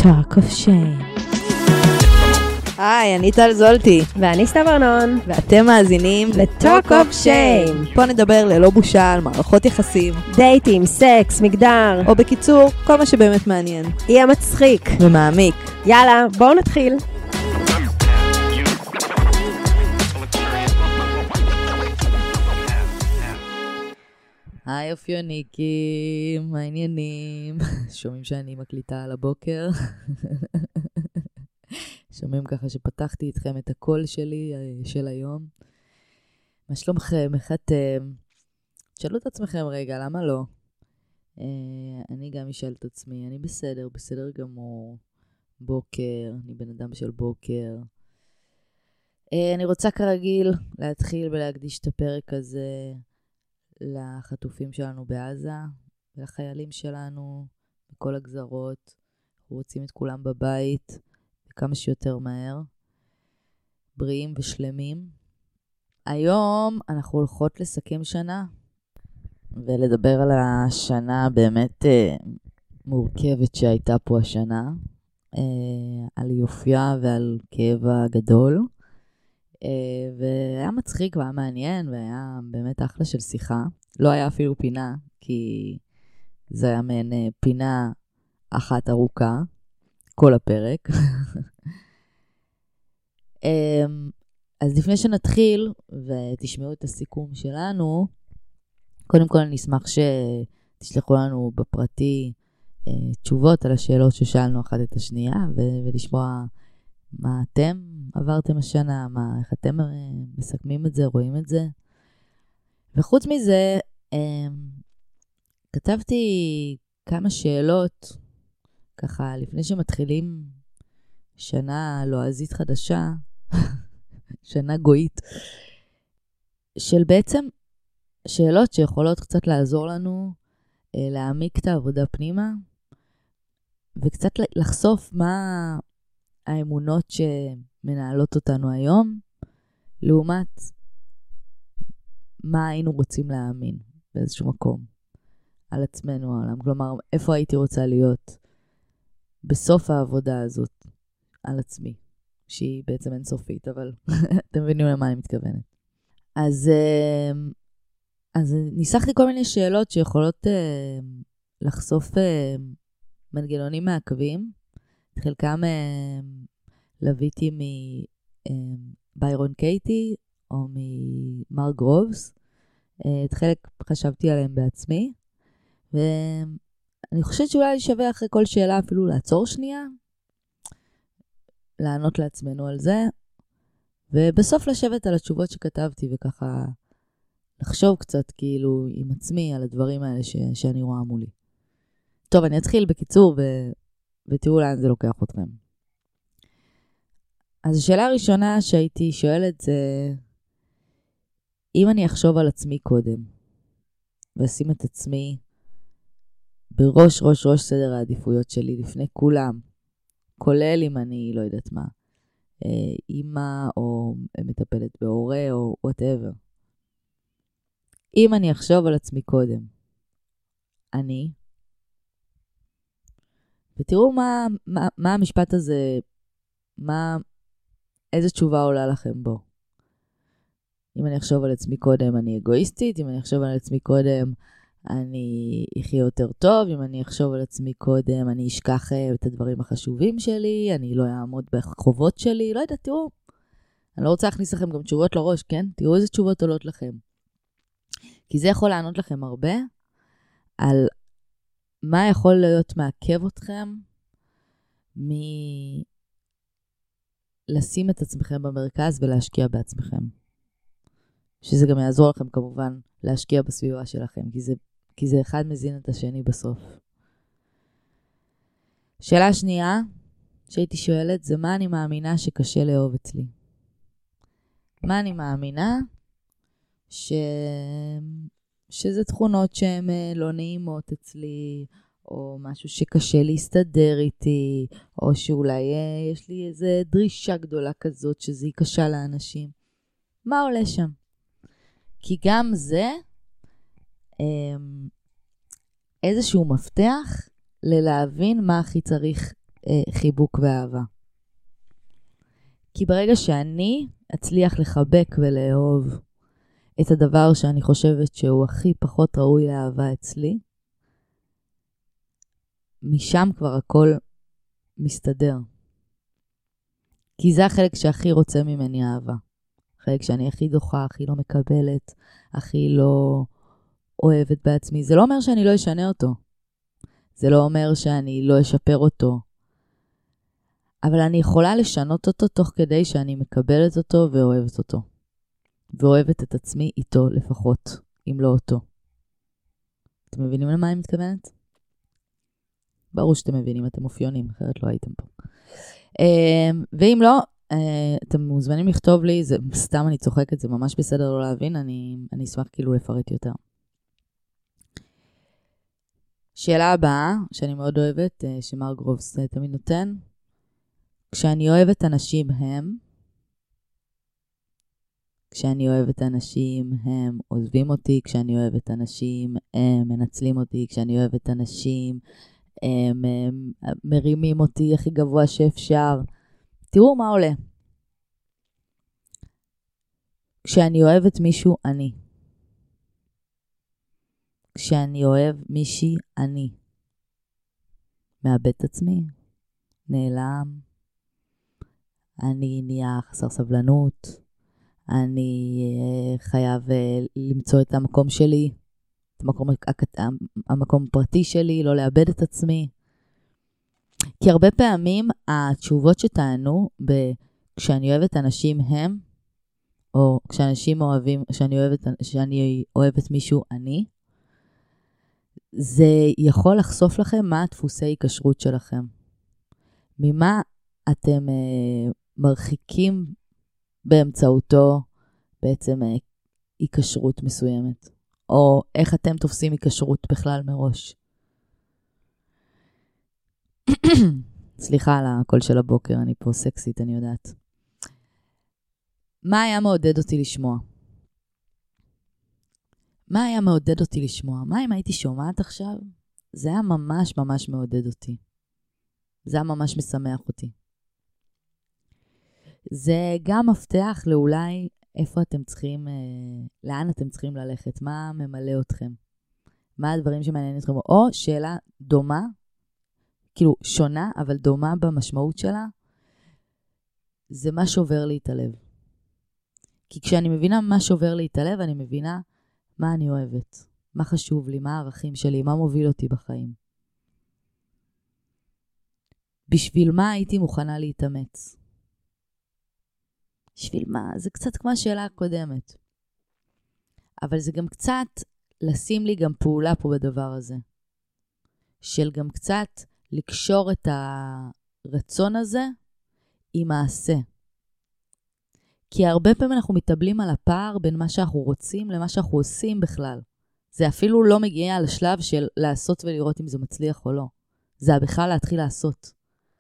Talk of Shame. היי, אני טל זולטי. ואני סתיו ארנון. ואתם מאזינים ל-Talk of Shame. פה נדבר ללא בושה על מערכות יחסים, דייטים, סקס, מגדר. או בקיצור, כל מה שבאמת מעניין. יהיה מצחיק. ומעמיק. יאללה, בואו נתחיל. היי אופיוניקים, מה העניינים? שומעים שאני מקליטה על הבוקר? שומעים ככה שפתחתי איתכם את הקול שלי של היום. מה שלומכם? איך אתם? תשאלו את עצמכם רגע, למה לא? אני גם אשאל את עצמי, אני בסדר גמור. בוקר, אני בן אדם של בוקר. אני רוצה כרגיל להתחיל ולהקדיש את הפרק הזה לחטופים שלנו בעזה, לחיילים שלנו, בכל הגזרות. אנחנו רוצים את כולם בבית, כמה שיותר מהר, בריאים ושלמים. היום אנחנו הולכות לסכם שנה, ולדבר על השנה באמת מורכבת שהייתה פה השנה, על יופייה ועל כאב הגדול, והיה מצחיק והיה מעניין, והיה באמת אחלה של שיחה. לא היה אפילו פינה, כי זה היה מעין פינה אחת ארוכה, כל הפרק. אז לפני שנתחיל ותשמעו את הסיכום שלנו, קודם כל אני אשמח שתשלחו לנו בפרטי תשובות על השאלות ששאלנו אחת את השנייה, ולשמוע מה אתם עברתם השנה, איך אתם מסכמים את זה, רואים את זה. וחוץ מזה, כתבתי כמה שאלות, ככה לפני שמתחילים שנה לועזית חדשה, שנה גויית, של בעצם שאלות שיכולות קצת לעזור לנו להעמיק את העבודה פנימה, וקצת לחשוף מה האמונות שמנהלות אותנו היום, לעומת מה היינו רוצים להאמין באיזשהו מקום על עצמנו העולם. כלומר, איפה הייתי רוצה להיות בסוף העבודה הזאת על עצמי, שהיא בעצם אינסופית, אבל אתם מבינים למה אני מתכוונת. אז ניסחתי כל מיני שאלות שיכולות לחשוף מנגנונים מעכבים. את חלקם לוויתי מביירון קייטי או ממר גרובס. את חלק חשבתי עליהם בעצמי, ואני חושבת שאולי שווה אחרי כל שאלה אפילו לעצור שנייה, לענות לעצמנו על זה, ובסוף לשבת על התשובות שכתבתי, וככה לחשוב קצת כאילו עם עצמי על הדברים האלה שאני רואה מולי. טוב, אני אתחיל בקיצור, ותראו לאן זה לוקח אתכם. אז השאלה הראשונה שהייתי שואלת זה, אם אני אחשוב על עצמי קודם, ואשים את עצמי בראש סדר העדיפויות שלי לפני כולם, כולל אם אני לא יודעת מה, אמא או מטפלת בהורה או whatever. אם אני אחשוב על עצמי קודם, ותראו מה המשפט הזה, איזה תשובה עולה לכם בו. אם אני אחשוב על עצמי קודם, אני אגואיסטית. אם אני אחשוב על עצמי קודם, אני אחיה יותר טוב. אם אני אחשוב על עצמי קודם, אני אשכח את הדברים החשובים שלי, אני לא אעמוד בחובות שלי. לא יודעת, תראו. אני לא רוצה להכניס לכם גם תשובות לראש, כן? תראו איזה תשובות עולות לכם. כי זה יכול לענות לכם הרבה על מה יכול להיות מעכב אתכם לשים את עצמכם במרכז ולהשקיע בעצמכם. שזה גם יעזור לכם כמובן להשקיע בסביבה שלכם, כי זה אחד מזין את השני בסוף. שאלה שנייה שהייתי שואלת זה מה אני מאמינה שקשה לאהוב אצלי. מה אני מאמינה שזה תכונות שהן לא נעימות אצלי, או משהו שקשה להסתדר איתי, או שאולי יש לי איזה דרישה גדולה כזאת שזה היא קשה לאנשים. מה עולה שם? כי גם זה איזשהו מפתח ללהבין מה הכי צריך חיבוק ואהבה. כי ברגע שאני אצליח לחבק ולאהוב את הדבר שאני חושבת שהוא הכי פחות ראוי לאהבה אצלי, משם כבר הכל מסתדר. כי זה החלק שהכי רוצה ממני אהבה. חלק שאני הכי דוחה, הכי לא מקבלת, הכי לא אוהבת בעצמי. זה לא אומר שאני לא אשנה אותו. זה לא אומר שאני לא אשפר אותו. אבל אני יכולה לשנות אותו תוך כדי שאני מקבלת אותו ואוהבת אותו. ואוהבת את עצמי איתו לפחות, אם לא אותו. אתם מבינים למה אני מתכוונת? ברור שאתם מבינים, אתם אופיונים, אחרת לא הייתם פה. ואם לא, אתם מוזמנים לכתוב לי, זה סתם אני צוחקת, זה ממש בסדר לא להבין, אני אשמח כאילו לפרט יותר. שאלה הבאה, שאני מאוד אוהבת, שמר גרובס תמיד נותן, כשאני אוהבת אנשים כשאני אוהבת אנשים הם עוזבים אותי, כשאני אוהבת אנשים הם מנצלים אותי, כשאני אוהבת אנשים הם מרימים אותי הכי גבוה שאפשר. תראו מה עולה. כשאני אוהבת מישהו אני. כשאני אוהב מישהי אני. מאבד את עצמי. נעלם. אני נהיה חסר סבלנות. אני חייב למצוא את המקום שלי. את המקום הפרטי שלי, לא לאבד את עצמי. כי הרבה פעמים התשובות שטענו כשאני אוהבת אנשים הם, או כשאנשים אוהבים, שאני אוהבת מישהו אני, זה יכול לחשוף לכם מה דפוסי היקשרות שלכם. ממה אתם מרחיקים באמצעותו בעצם היקשרות מסוימת. או איך אתם תופסים היקשרות בכלל מראש. סליחה על הקול של הבוקר, אני פה סקסית, אני יודעת. מה היה מעודד אותי לשמוע? מה היה מעודד אותי לשמוע? מה אם הייתי שומעת עכשיו? זה היה ממש ממש מעודד אותי. זה היה ממש משמח אותי. זה גם מפתח לאולי איפה אתם צריכים, לאן אתם צריכים ללכת, מה ממלא אתכם, מה הדברים שמעניינים אתכם, או שאלה דומה, כאילו שונה, אבל דומה במשמעות שלה, זה מה שובר לי את הלב. כי כשאני מבינה מה שובר לי את הלב, אני מבינה מה אני אוהבת, מה חשוב לי, מה הערכים שלי, מה מוביל אותי בחיים. בשביל מה הייתי מוכנה להתאמץ? בשביל מה? זה קצת כמו השאלה הקודמת. אבל זה גם קצת לשים לי גם פעולה פה בדבר הזה. של גם קצת לקשור את הרצון הזה עם מעשה. כי הרבה פעמים אנחנו מתאבלים על הפער בין מה שאנחנו רוצים למה שאנחנו עושים בכלל. זה אפילו לא מגיע לשלב של לעשות ולראות אם זה מצליח או לא. זה בכלל להתחיל לעשות.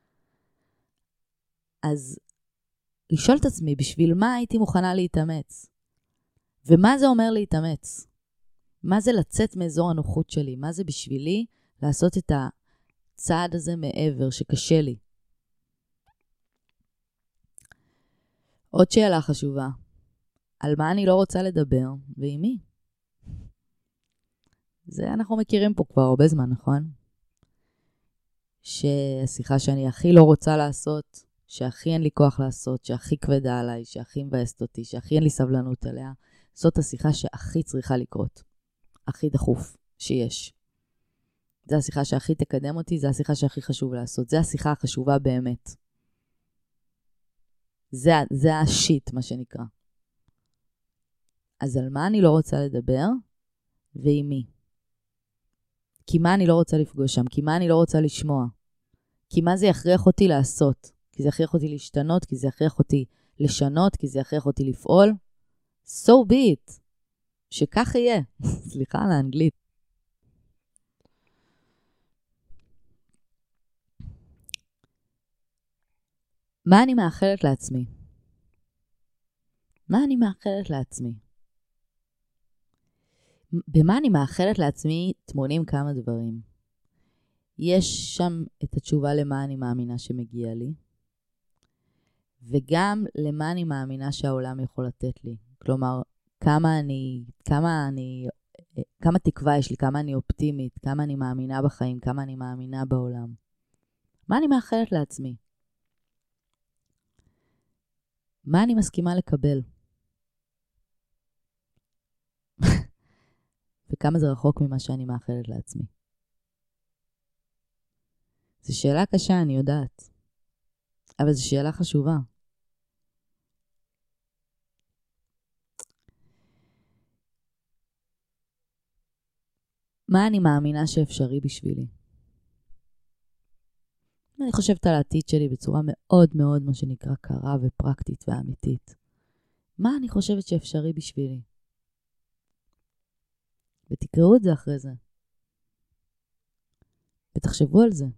אז לשאול את עצמי, בשביל מה הייתי מוכנה להתאמץ? ומה זה אומר להתאמץ? מה זה לצאת מאזור הנוחות שלי? מה זה בשבילי לעשות את הצעד הזה מעבר שקשה לי? עוד שאלה חשובה. על מה אני לא רוצה לדבר ועם מי? זה אנחנו מכירים פה כבר הרבה זמן, נכון? שהשיחה שאני הכי לא רוצה לעשות, שהכי אין לי כוח לעשות, שהכי כבדה עליי, שהכי מבאסת אותי, שהכי אין לי סבלנות עליה, זאת השיחה שהכי צריכה לקרות. הכי דחוף שיש. זה השיחה שהכי תקדם אותי, זה השיחה שהכי חשוב לעשות. זה השיחה החשובה באמת. זה השיט, מה שנקרא. אז על מה אני לא רוצה לדבר ועם מי? כי מה אני לא רוצה לפגוש שם? כי מה אני לא רוצה לשמוע? כי מה זה יכריח אותי לעשות? כי זה יכריח אותי להשתנות, כי זה יכריח אותי לשנות, כי זה יכריח אותי לפעול. So be it. שכך יהיה. סליחה על האנגלית. מה אני מאחלת לעצמי? מה אני מאחלת לעצמי? במה אני מאחלת לעצמי טמונים כמה דברים. יש שם את התשובה למה אני מאמינה שמגיע לי, וגם למה אני מאמינה שהעולם יכול לתת לי. כלומר, כמה תקווה יש לי, כמה אני אופטימית, כמה אני מאמינה בחיים, כמה אני מאמינה בעולם. מה אני מאחלת לעצמי? מה אני מסכימה לקבל? וכמה זה רחוק ממה שאני מאחלת לעצמי. זו שאלה קשה, אני יודעת. אבל זו שאלה חשובה. מה אני מאמינה שאפשרי בשבילי? אני חושבת על העתיד שלי בצורה מאוד מאוד, מה שנקרא, קרה ופרקטית ואמיתית. מה אני חושבת שאפשרי בשבילי? ותקראו את זה אחרי זה. ותחשבו על זה.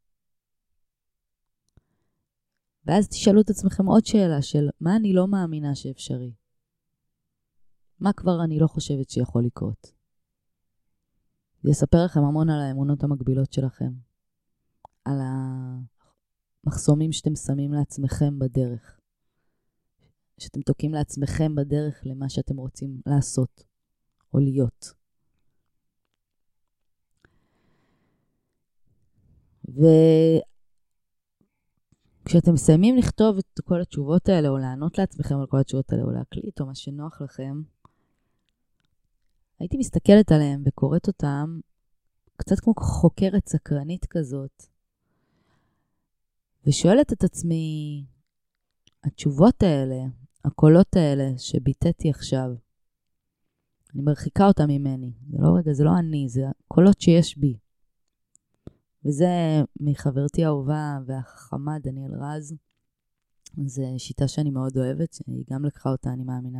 ואז תשאלו את עצמכם עוד שאלה של מה אני לא מאמינה שאפשרי? מה כבר אני לא חושבת שיכול לקרות? זה יספר לכם המון על האמונות המקבילות שלכם. על המחסומים שאתם שמים לעצמכם בדרך. שאתם תוקעים לעצמכם בדרך למה שאתם רוצים לעשות או להיות. וכשאתם מסיימים לכתוב את כל התשובות האלה, או לענות לעצמכם על כל התשובות האלה, או להקליט, או מה שנוח לכם, הייתי מסתכלת עליהם וקוראת אותם, קצת כמו חוקרת סקרנית כזאת, ושואלת את עצמי, התשובות האלה, הקולות האלה שביטאתי עכשיו, אני מרחיקה אותם ממני. זה לא אני, זה הקולות שיש בי. וזה מחברתי האהובה והחכמה דניאל רז. זו שיטה שאני מאוד אוהבת, היא גם לקחה אותה, אני מאמינה,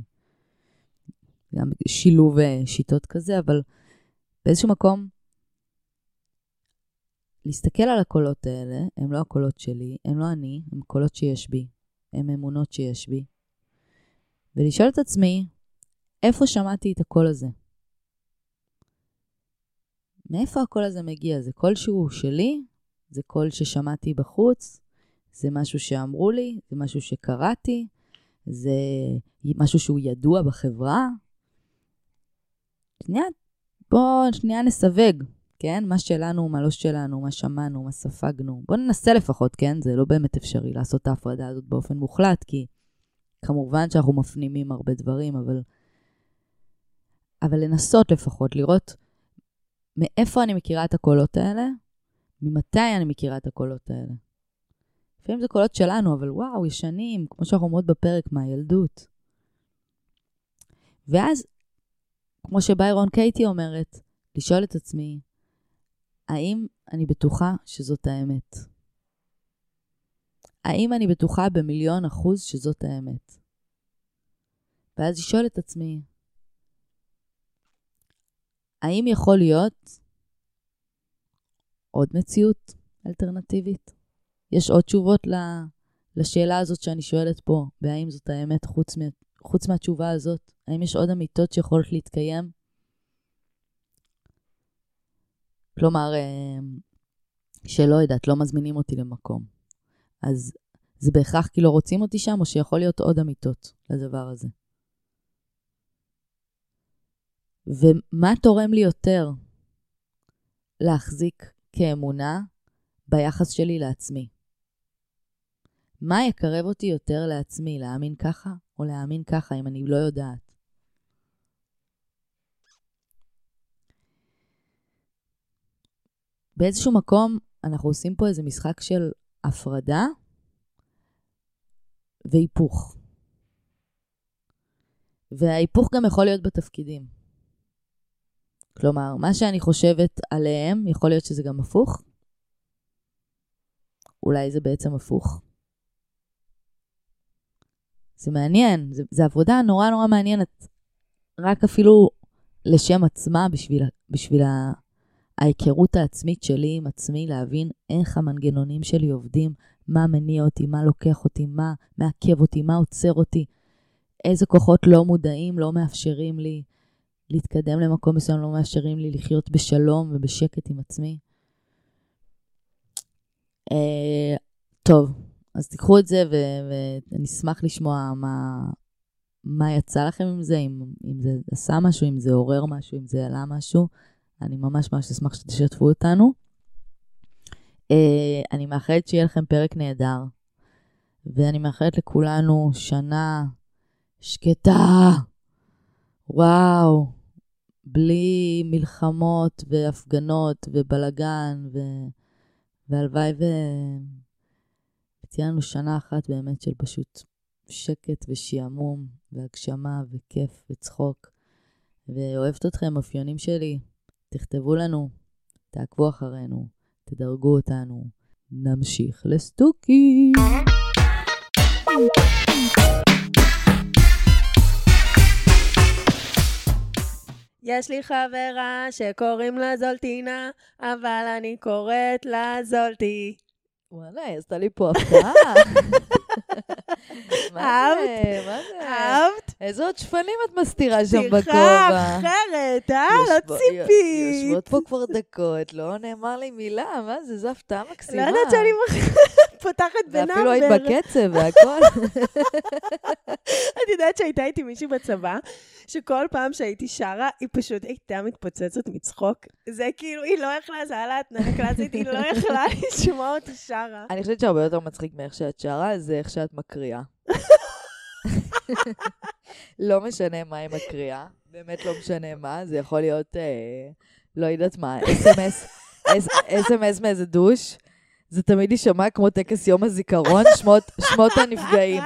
גם שילוב שיטות כזה, אבל באיזשהו מקום, להסתכל על הקולות האלה, הם לא הקולות שלי, הם לא אני, הם קולות שיש בי, הם אמונות שיש בי. ולשאול את עצמי, איפה שמעתי את הקול הזה? מאיפה הקול הזה מגיע? זה קול שהוא שלי? זה קול ששמעתי בחוץ? זה משהו שאמרו לי? זה משהו שקראתי? זה משהו שהוא ידוע בחברה? בואו נסווג, כן? מה שלנו, מה לא שלנו, מה שמענו, מה ספגנו. בואו ננסה לפחות, כן? זה לא באמת אפשרי לעשות את ההפרדה הזאת באופן מוחלט, כי כמובן שאנחנו מפנימים הרבה דברים, אבל לנסות לפחות, לראות מאיפה אני מכירה את הקולות האלה, ממתי אני מכירה את הקולות האלה. לפעמים זה קולות שלנו, אבל וואו, ישנים, כמו שאנחנו אומרות בפרק מהילדות. ואז, כמו שביירון קייטי אומרת, לשאול את עצמי, האם אני בטוחה שזאת האמת? האם אני בטוחה ב1,000,000% שזאת האמת? ואז לשאול את עצמי, האם יכול להיות עוד מציאות אלטרנטיבית? יש עוד תשובות לשאלה הזאת שאני שואלת פה, והאם זאת האמת חוץ מהתשובה הזאת? האם יש עוד אמיתות שיכולות להתקיים? כלומר, שלא יודעת, לא מזמינים אותי למקום. אז זה בהכרח כי לא רוצים אותי שם, או שיכול להיות עוד אמיתות לדבר הזה. ומה תורם לי יותר להחזיק כאמונה ביחס שלי לעצמי? מה יקרב אותי יותר לעצמי, להאמין ככה או להאמין ככה, אם אני לא יודעת? באיזשהו מקום אנחנו עושים פה איזה משחק של הפרדה והיפוך. וההיפוך גם יכול להיות בתפקידים. כלומר, מה שאני חושבת עליהם, יכול להיות שזה גם הפוך. אולי זה בעצם הפוך. זה מעניין, זה עבודה נורא נורא מעניינת. רק אפילו לשם עצמה, בשביל ההיכרות העצמית שלי עם עצמי, להבין איך המנגנונים שלי עובדים, מה מניע אותי, מה לוקח אותי, מה מעכב אותי, מה עוצר אותי, איזה כוחות לא מודעים, לא מאפשרים לי להתקדם למקום מסוים, לא מאפשרים לי לחיות בשלום ובשקט עם עצמי. טוב, אז תיקחו את זה, ואני אשמח לשמוע מה יצא לכם עם זה, אם זה עשה משהו, אם זה עורר משהו, אם זה עלה משהו. אני ממש אשמח שתשתפו אותנו. אני מאחלת שיהיה לכם פרק נהדר, ואני מאחלת לכולנו שנה שקטה, וואו, בלי מלחמות והפגנות ובלגן, והלוואי ותהיה לנו שנה אחת באמת של פשוט שקט ושיעמום והגשמה וכיף וצחוק. ואוהבת אתכם, אפיונים שלי, תכתבו לנו, תעקבו אחרינו, תדרגו אותנו, נמשיך לסטוקי. יש לי חברה שקוראים לה זולטינה, אבל אני קוראת לה זולטי. וואלה, עשתה לי פה הפתעה. אהבת? מה זה? אהבת? איזה עוד שפנים את מסתירה שם בכובע. שיחה אחרת, לא ציפית. יושבות פה כבר דקות, לא נאמר לי מילה, מה זה? זו הפתעה מקסימה. לא יודעת שאני פותחת בנאמבר. ואפילו היית בקצב והכל. את יודעת שהייתה איתי מישהי בצבא, שכל פעם שהייתי שרה, היא פשוט הייתה מתפוצצת מצחוק. זה כאילו, היא לא יכלה, זה היה לה התנאה קלאסית, היא לא יכלה לשמוע אותי שרה. אני חושבת שהרבה יותר מצחיק מאיך שאת שרה, זה איך שאת מקריאה. לא משנה מה היא מקריאה, באמת לא משנה מה, זה יכול להיות, לא יודעת מה, SMS מאיזה דוש, זה תמיד יישמע כמו טקס יום הזיכרון, שמות הנפגעים.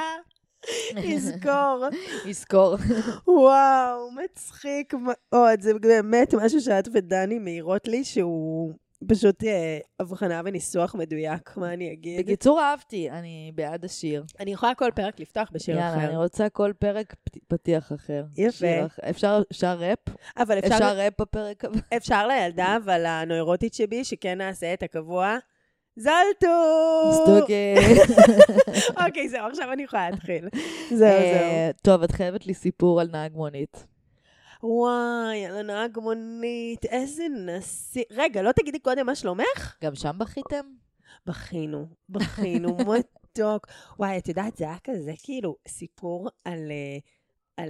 יזכור. וואו, מצחיק מאוד, זה באמת משהו שאת ודני מאירות לי, שהוא פשוט הבחנה וניסוח מדויק, מה אני אגיד? בקיצור אהבתי, אני בעד השיר. אני יכולה כל פרק לפתוח בשיר אחר. יאללה, אני רוצה כל פרק פתיח אחר. יפה. אפשר ראפ? אבל אפשר ראפ בפרק הבא? אפשר לילדה, אבל הנוירוטית שבי, שכן נעשה את הקבוע, זלטו! סטוקי. אוקיי, זהו, עכשיו אני יכולה להתחיל. זהו. טוב, את חייבת לי סיפור על נהג מונית. וואי, על הנהג מונית, איזה נשיא. רגע, לא תגידי קודם מה שלומך? גם שם בכיתם? בכינו, מתוק. וואי, את יודעת, זה היה כזה, כאילו, סיפור על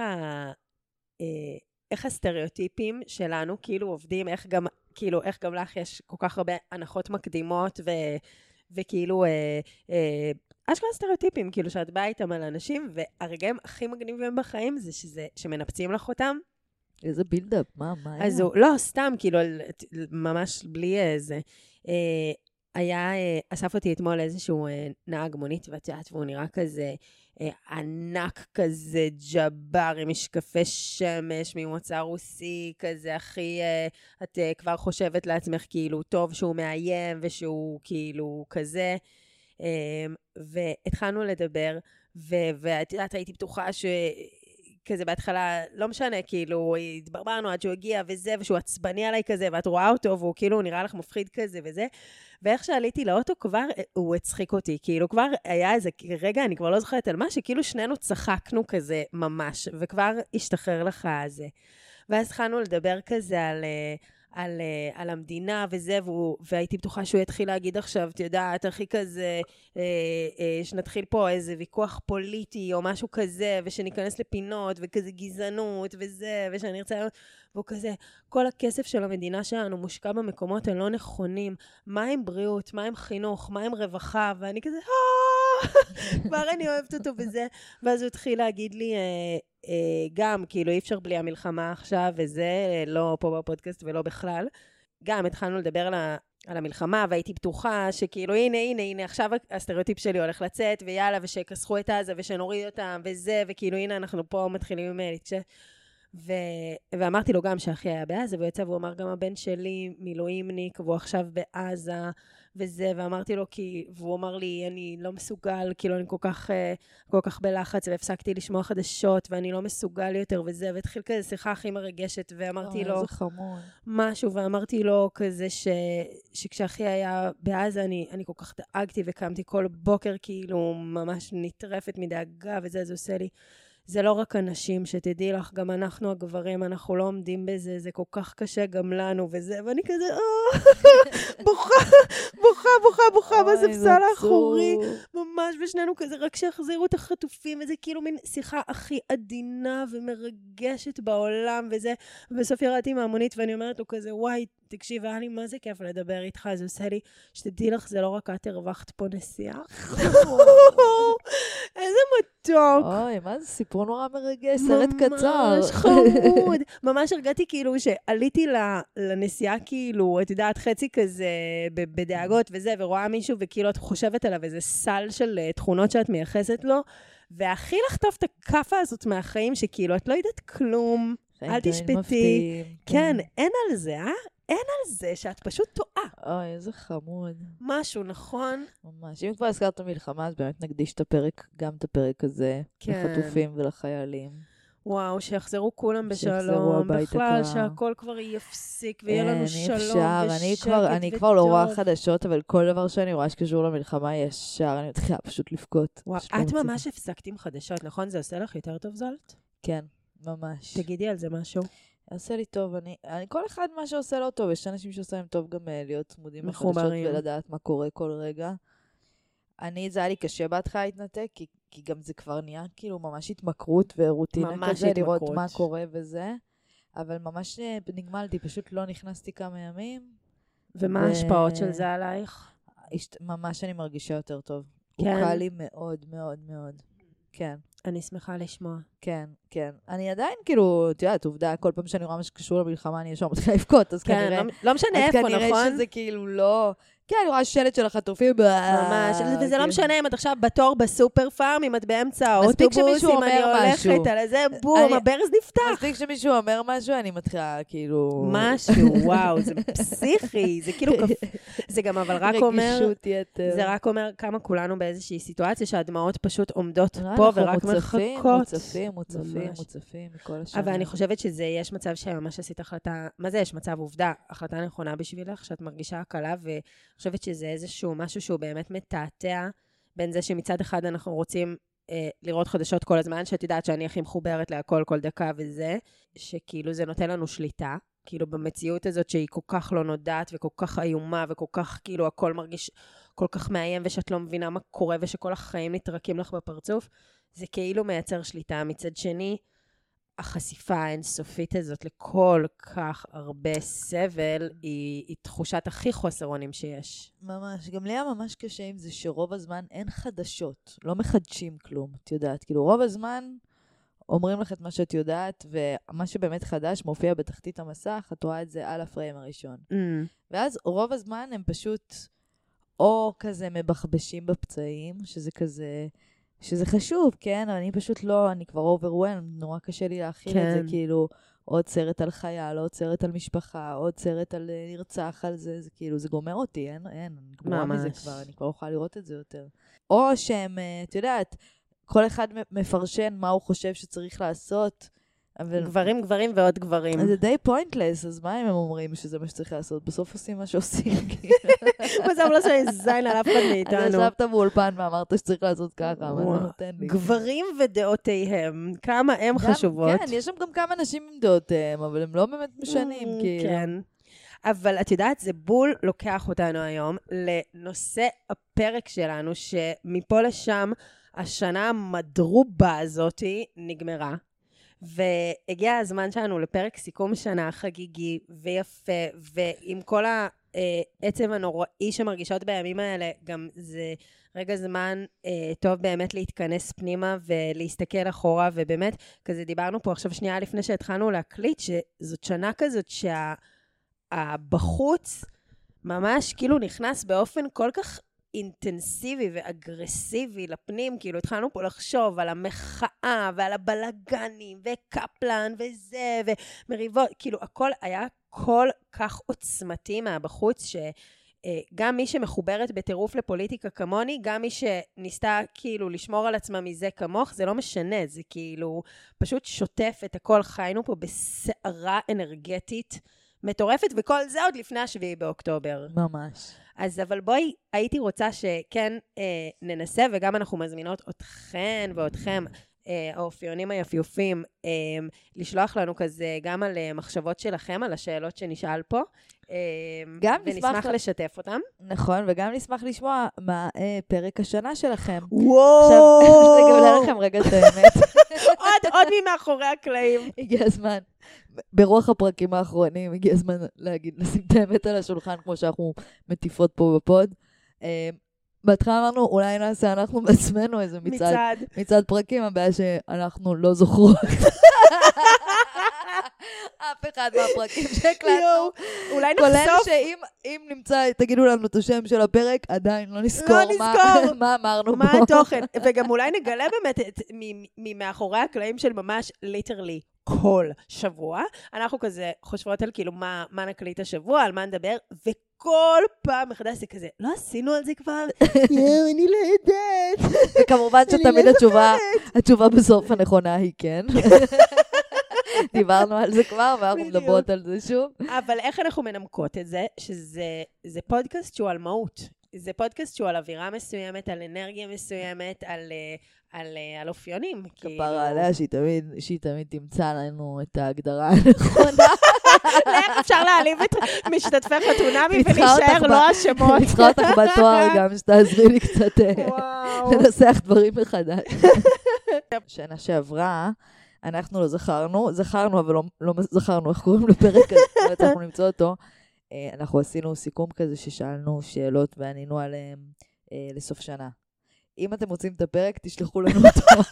איך הסטריאוטיפים שלנו, כאילו, עובדים, איך גם לך יש כל כך הרבה הנחות מקדימות, וכאילו, אשכרה סטריאוטיפים, כאילו, שאת באה איתם על אנשים, והרגעים הכי מגניבים בחיים זה שמנפצים לך אותם. איזה בילדאפ, מה היה? אז הוא, לא, סתם, כאילו, ממש בלי איזה. אסף אותי אתמול איזשהו נהג מונית, ואת יודעת, והוא נראה כזה ענק כזה, ג'בר עם משקפי שמש, ממוצא רוסי, כזה הכי, את כבר חושבת לעצמך כאילו טוב שהוא מאיים, ושהוא כאילו כזה, והתחלנו לדבר, ואת יודעת, הייתי בטוחה כזה בהתחלה, לא משנה, כאילו, התברברנו עד שהוא הגיע וזה, ושהוא עצבני עליי כזה, ואת רואה אותו, והוא כאילו נראה לך מפחיד כזה וזה, ואיך שעליתי לאוטו כבר, הוא הצחיק אותי, כאילו כבר היה איזה רגע, אני כבר לא זוכרת על מה, שכאילו שנינו צחקנו כזה ממש, וכבר השתחרר לך הזה. ואז התחלנו לדבר כזה על המדינה וזה, והייתי בטוחה שהוא יתחיל להגיד עכשיו, אתה יודעת, הכי כזה, שנתחיל פה איזה ויכוח פוליטי או משהו כזה, ושניכנס לפינות וכזה גזענות וזה, ושאני ארצה, והוא כזה, כל הכסף של המדינה שלנו מושקע במקומות הלא נכונים, מה עם בריאות, מה עם חינוך, מה עם רווחה, ואני כזה, כבר אני אוהבת אותו בזה, ואז הוא התחיל להגיד לי, גם, כאילו, אי אפשר בלי המלחמה עכשיו, וזה לא פה בפודקאסט ולא בכלל. גם התחלנו לדבר על המלחמה, והייתי בטוחה שכאילו, הנה, עכשיו הסטריאוטיפ שלי הולך לצאת, ויאללה, ושכסחו את עזה, ושנוריד אותם, וזה, וכאילו, הנה, אנחנו פה מתחילים ואמרתי לו גם שאחי היה בעזה, ויצא והוא אמר גם הבן שלי מילואימניק, והוא עכשיו בעזה, וזה, ואמרתי לו, והוא אמר לי, אני לא מסוגל, כאילו אני כל כך בלחץ, והפסקתי לשמוע חדשות, ואני לא מסוגל יותר וזה, והתחיל כזה שיחה הכי מרגשת, ואמרתי לו, משהו, ואמרתי לו כזה שכשאחי היה בעזה, אני כל כך דאגתי, וקמתי כל בוקר, כאילו ממש נטרפת מדאגה, וזה, זה עושה לי זה לא רק אנשים, שתדעי לך, גם אנחנו הגברים, אנחנו לא עומדים בזה, זה כל כך קשה גם לנו וזה, ואני כזה, בוכה, מה זה בסל האחורי, ממש, ושנינו כזה, רק שיחזירו את החטופים, וזה כאילו מין שיחה הכי עדינה ומרגשת בעולם, וזה, ובסוף ירדתי מהמונית, ואני אומרת לו כזה, וואי, תקשיב, היה לי מה זה כיף לדבר איתך, זה עושה לי, שתדעי לך, זה לא רק את הרווחת פה נסיעה. איזה מתוק. אוי, מה זה סיפור נורא מרגש, סרט קצר. ממש חמוד. ממש הרגעתי כאילו שעליתי לנסיעה כאילו, את יודעת, חצי כזה בדאגות וזה, ורואה מישהו וכאילו את חושבת עליו איזה סל של תכונות שאת מייחסת לו, והכי לחטוף את הכאפה הזאת מהחיים, שכאילו את לא יודעת כלום, אל תשפטי. כן, אין על זה, אין על זה שאת פשוט טועה. אוי, איזה חמוד. משהו, נכון? ממש. אם כבר הזכרת מלחמה, אז באמת נקדיש את הפרק, גם את הפרק הזה, לחטופים ולחיילים. וואו, שיחזרו כולם בשלום. שיחזרו הביתה בכלל, כבר. שהכל כבר יפסיק, ויהיה לנו שלום ושקט וטוב. אני כבר לא רואה חדשות, אבל כל דבר שאני רואה שקשור למלחמה ישר, אני מתחילה פשוט לבכות. וואו, את ממש הפסקת עם חדשות, נכון? זה עושה לך יותר טוב זולת? כן, ממש. תגידי על זה משהו. עושה לי טוב, כל אחד מה שעושה לו טוב, יש אנשים שעושה להם טוב גם להיות צמודים לחדשות ולדעת מה קורה כל רגע. זה היה לי קשה בהתחלה להתנתק, כי גם זה כבר נהיה כאילו ממש התמכרות ורוטינה כזה, לראות מה קורה וזה, אבל ממש נגמלתי, פשוט לא נכנסתי כמה ימים. ומה ההשפעות של זה עלייך? ממש אני מרגישה יותר טוב. הוא קל לי מאוד מאוד מאוד. כן. אני שמחה לשמוע. כן, כן. אני עדיין כאילו, את יודעת, עובדה, כל פעם שאני רואה מה שקשור למלחמה, אני ישר מתחילה לבכות, אז כנראה... לא משנה איפה, נכון? אז כנראה שזה כאילו לא... כן, אני רואה שלט של החטופים. ממש, וזה לא משנה אם את עכשיו בתור בסופר פארם, אם את באמצע האוטובוס, אם אני הולכת על איזה בום, הברז נפתח. מספיק שמישהו אומר משהו, אני מתחילה כאילו... משהו, וואו, זה פסיכי, זה כאילו... זה גם אבל רק אומר... רגישות יתר. זה רק אומר כמה כולנו באיזושהי סיטואציה שהדמעות פשוט עומדות פה ורק מחכות. מוצפים מכל השנה. אבל אני חושבת שזה, יש מצב שממש עשית החלטה, מה זה יש מצב? עובדה, החלטה נכונה בשבילך, שאת מרגישה הקלה, ואני חושבת שזה איזשהו משהו שהוא באמת מתעתע, בין זה שמצד אחד אנחנו רוצים לראות חדשות כל הזמן, שאת יודעת שאני הכי מחוברת להכל כל דקה וזה, שכאילו זה נותן לנו שליטה, כאילו במציאות הזאת שהיא כל כך לא נודעת וכל כך איומה וכל כך כאילו הכל מרגיש כל כך מאיים ושאת לא מבינה מה קורה ושכל החיים נתרקים לך בפרצוף, זה כאילו מייצר שליטה. מצד שני, החשיפה האינסופית הזאת לכל כך הרבה סבל היא תחושת הכי חוסר אונים שיש. ממש, גם לי היה ממש קשה עם זה שרוב הזמן אין חדשות, לא מחדשים כלום, את יודעת, כאילו רוב הזמן אומרים לך את מה שאת יודעת, ומה שבאמת חדש מופיע בתחתית המסך, את רואה את זה על הפריים הראשון. ואז רוב הזמן הם פשוט או כזה מבחבשים בפצעים, שזה כזה... שזה חשוב, כן? אני פשוט לא, אני כבר overwhelmed, נורא קשה לי להכיל את זה, כאילו, עוד סרט על חייל, עוד סרט על משפחה, עוד סרט על נרצח על זה, זה כאילו, זה גומר אותי, אין, אני גמורה מזה כבר, אני כבר אוכל לראות את זה יותר. או שהם, את יודעת, כל אחד מפרשן מה הוא חושב שצריך לעשות, אבל... גברים ועוד גברים. זה די pointless, אז מה אם הם אומרים שזה מה שצריך לעשות? בסוף עושים מה שעושים. בסוף לא שאני זין על אף אחד מאיתנו. אתה ישבת באולפן ואמרת שצריך לעשות ככה, מה זה נותן לי? גברים ודעותיהם, כמה הם חשובות. כן, יש שם גם כמה נשים עם דעותיהם, אבל הם לא באמת משנים, כאילו. כן. אבל את יודעת, זה בול לוקח אותנו היום לנושא הפרק שלנו, שמפה לשם השנה המדרובה הזאת נגמרה. והגיע הזמן שלנו לפרק סיכום שנה חגיגי ויפה, ועם כל העצם הנוראי שמרגישות בימים האלה, גם זה רגע זמן טוב באמת להתכנס פנימה ולהסתכל אחורה, ובאמת, כזה דיברנו פה עכשיו שנייה לפני שהתחלנו להקליט, שזאת שנה כזאת שהבחוץ ממש כאילו נכנס באופן כל כך אינטנסיבי ואגרסיבי לפנים, כאילו התחלנו פה לחשוב על המחאה ועל הבלגנים וקפלן וזה ומריבות, כאילו הכל היה כל כך עוצמתי מהבחוץ, שגם מי שמחוברת בטירוף לפוליטיקה כמוני, גם מי שניסתה כאילו לשמור על עצמה מזה כמוך, זה לא משנה, זה כאילו פשוט שוטף את הכל, חיינו פה בסערה אנרגטית מטורפת, וכל זה עוד לפני 7 באוקטובר. ממש. אז אבל בואי, הייתי רוצה שכן ננסה, וגם אנחנו מזמינות אתכן ואתכם האופיונים היפיופים, לשלוח לנו כזה גם על מחשבות שלכם, על השאלות שנשאל פה, ונשמח לשתף אותם. נכון, וגם נשמח לשמוע מה פרק השנה שלכם. וואו! עכשיו, לגלל לכם רגע את האמת. עוד ממאחורי הקלעים. הגיע הזמן, ברוח הפרקים האחרונים, הגיע הזמן להגיד, לשים את האמת על השולחן, כמו שאנחנו מטיפות פה בפוד. בהתחלה אמרנו, אולי נעשה אנחנו בעצמנו איזה מצעד פרקים, הבעיה שאנחנו לא זוכרות. אף אחד מהפרקים שהקלטנו. אולי נחשוף. כולל שאם נמצא, תגידו לנו את השם של הפרק, עדיין לא נזכור מה אמרנו בו. מה התוכן. וגם אולי נגלה באמת ממאחורי הקלעים של ממש ליטרלי כל שבוע. אנחנו כזה חושבות על כאילו מה נקליט השבוע, על מה נדבר, וכל פעם מחדש זה כזה, לא עשינו על זה כבר? אני לא יודעת. וכמובן שתמיד התשובה בסוף הנכונה היא כן. דיברנו על זה כבר, ואנחנו מדברות על זה שוב. אבל איך אנחנו מנמקות את זה? שזה פודקאסט שהוא על מהות. זה פודקאסט שהוא על אווירה מסוימת, על אנרגיה מסוימת, על אופיונים. כפרה עליה שהיא תמיד תמצא לנו את ההגדרה הנכונה. איך אפשר להעליב את משתתפי חתונמי ולהישאר לא השמות. אני צריכה אותך בתואר גם שתעזרי לי קצת לנסח דברים מחדש. שנה שעברה, אנחנו לא זכרנו, אבל לא זכרנו איך קוראים לפרק הזה, אנחנו נמצא אותו. אנחנו עשינו סיכום כזה ששאלנו שאלות וענינו עליהם לסוף שנה. אם אתם רוצים את הפרק, תשלחו לנו אותו.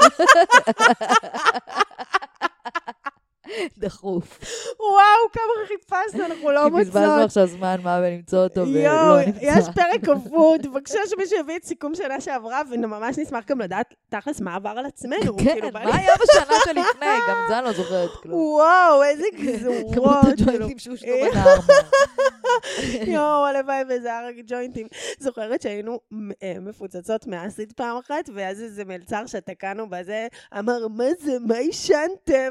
דחוף. וואו, כמה חיפשנו, אנחנו לא מוצאות. כי בזבזנו עכשיו זמן מה ולמצוא אותו ולא נמצא. יש פרק אבוד, בבקשה שמישהו יביא את סיכום שנה שעברה, וממש נשמח גם לדעת תכלס מה עבר על עצמנו. כן, מה היה בשנה שלפני? גם זה אני לא זוכרת כלום. וואו, איזה גזורות. כמות הג'וינטים שהוא שלו בן הארבע. יואו, הלוואי וזה היה רק ג'וינטים. זוכרת שהיינו מפוצצות מהאסיד פעם אחת, ואז איזה מלצר שתקענו בזה, אמר, מה זה, מה ישנתם?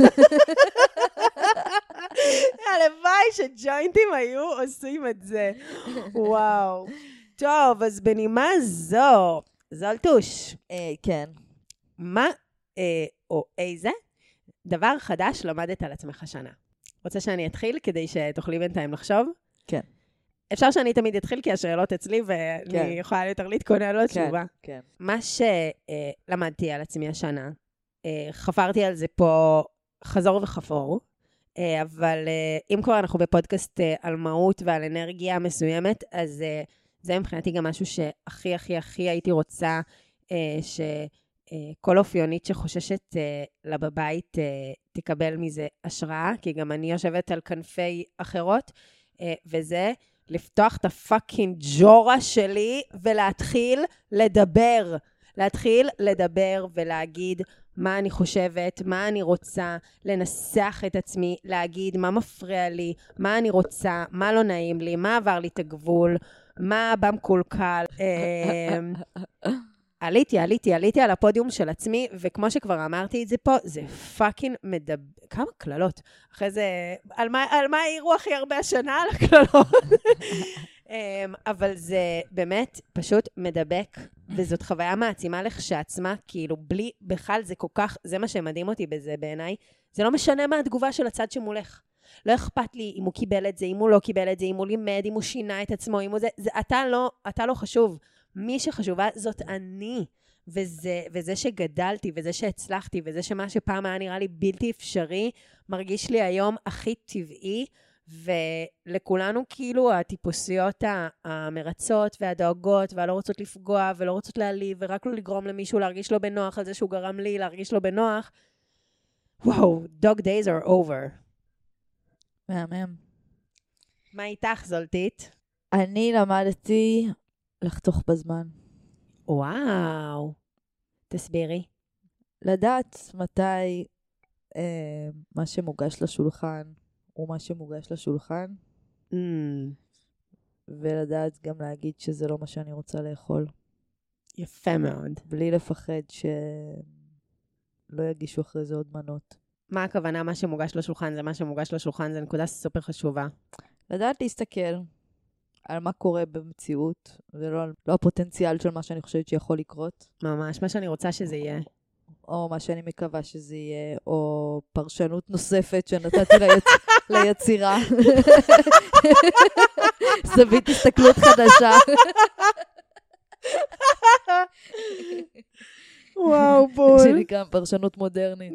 הלוואי שג'וינטים היו עושים את זה. וואו. טוב, אז בנימה זו, זולטוש. כן. מה או איזה דבר חדש למדת על עצמך שנה? רוצה שאני אתחיל כדי שתוכלי בינתיים לחשוב? כן. אפשר שאני תמיד אתחיל כי השאלות אצלי ואני יכולה יותר להתכונן לו תשובה. כן. מה שלמדתי על עצמי השנה, חפרתי על זה פה חזור וחפור, אבל אם כבר אנחנו בפודקאסט על מהות ועל אנרגיה מסוימת, אז זה מבחינתי גם משהו שהכי הכי הכי הייתי רוצה שכל אופיונית שחוששת לה בבית תקבל מזה השראה, כי גם אני יושבת על כנפי אחרות, וזה לפתוח את הפאקינג ג'ורה שלי ולהתחיל לדבר. להתחיל לדבר ולהגיד מה אני חושבת, מה אני רוצה, לנסח את עצמי, להגיד מה מפריע לי, מה אני רוצה, מה לא נעים לי, מה עבר לי את הגבול, מה בא מקולקל. עליתי על הפודיום של עצמי, וכמו שכבר אמרתי את זה פה, זה פאקינג מדבר, כמה כללות. אחרי זה, על מה העירו הכי הרבה השנה על הכללות? אבל זה באמת פשוט מדבק, וזאת חוויה מעצימה לכשעצמה, כאילו בלי, בכלל זה כל כך, זה מה שמדהים אותי בזה בעיניי, זה לא משנה מה התגובה של הצד שמולך. לא אכפת לי אם הוא קיבל את זה, אם הוא לא קיבל את זה, אם הוא לימד, אם הוא שינה את עצמו, אם הוא זה אתה לא חשוב. מי שחשובה זאת אני, וזה שגדלתי, וזה שהצלחתי, וזה שמה שפעם היה נראה לי בלתי אפשרי, מרגיש לי היום הכי טבעי, ולכולנו כאילו הטיפוסיות המרצות והדואגות, והלא רוצות לפגוע, ולא רוצות להעליב, ורק לא לגרום למישהו להרגיש לו בנוח, על זה שהוא גרם לי להרגיש לו בנוח. וואו, dog days are over. מהמם. מה איתך, זולטית? אני למדתי לחתוך בזמן. וואו. תסבירי. לדעת מתי מה שמוגש לשולחן הוא מה שמוגש לשולחן. ולדעת גם להגיד שזה לא מה שאני רוצה לאכול. יפה מאוד. בלי לפחד שלא יגישו אחרי זה עוד מנות. מה הכוונה? מה שמוגש לשולחן זה מה שמוגש לשולחן, זה נקודה סופר חשובה. לדעת להסתכל על מה קורה במציאות, ולא הפוטנציאל של מה שאני חושבת שיכול לקרות. ממש, מה שאני רוצה שזה יהיה. או מה שאני מקווה שזה יהיה, או פרשנות נוספת שנתתי ליצירה. זווית הסתכלות חדשה. וואו, בול. שלי גם פרשנות מודרנית.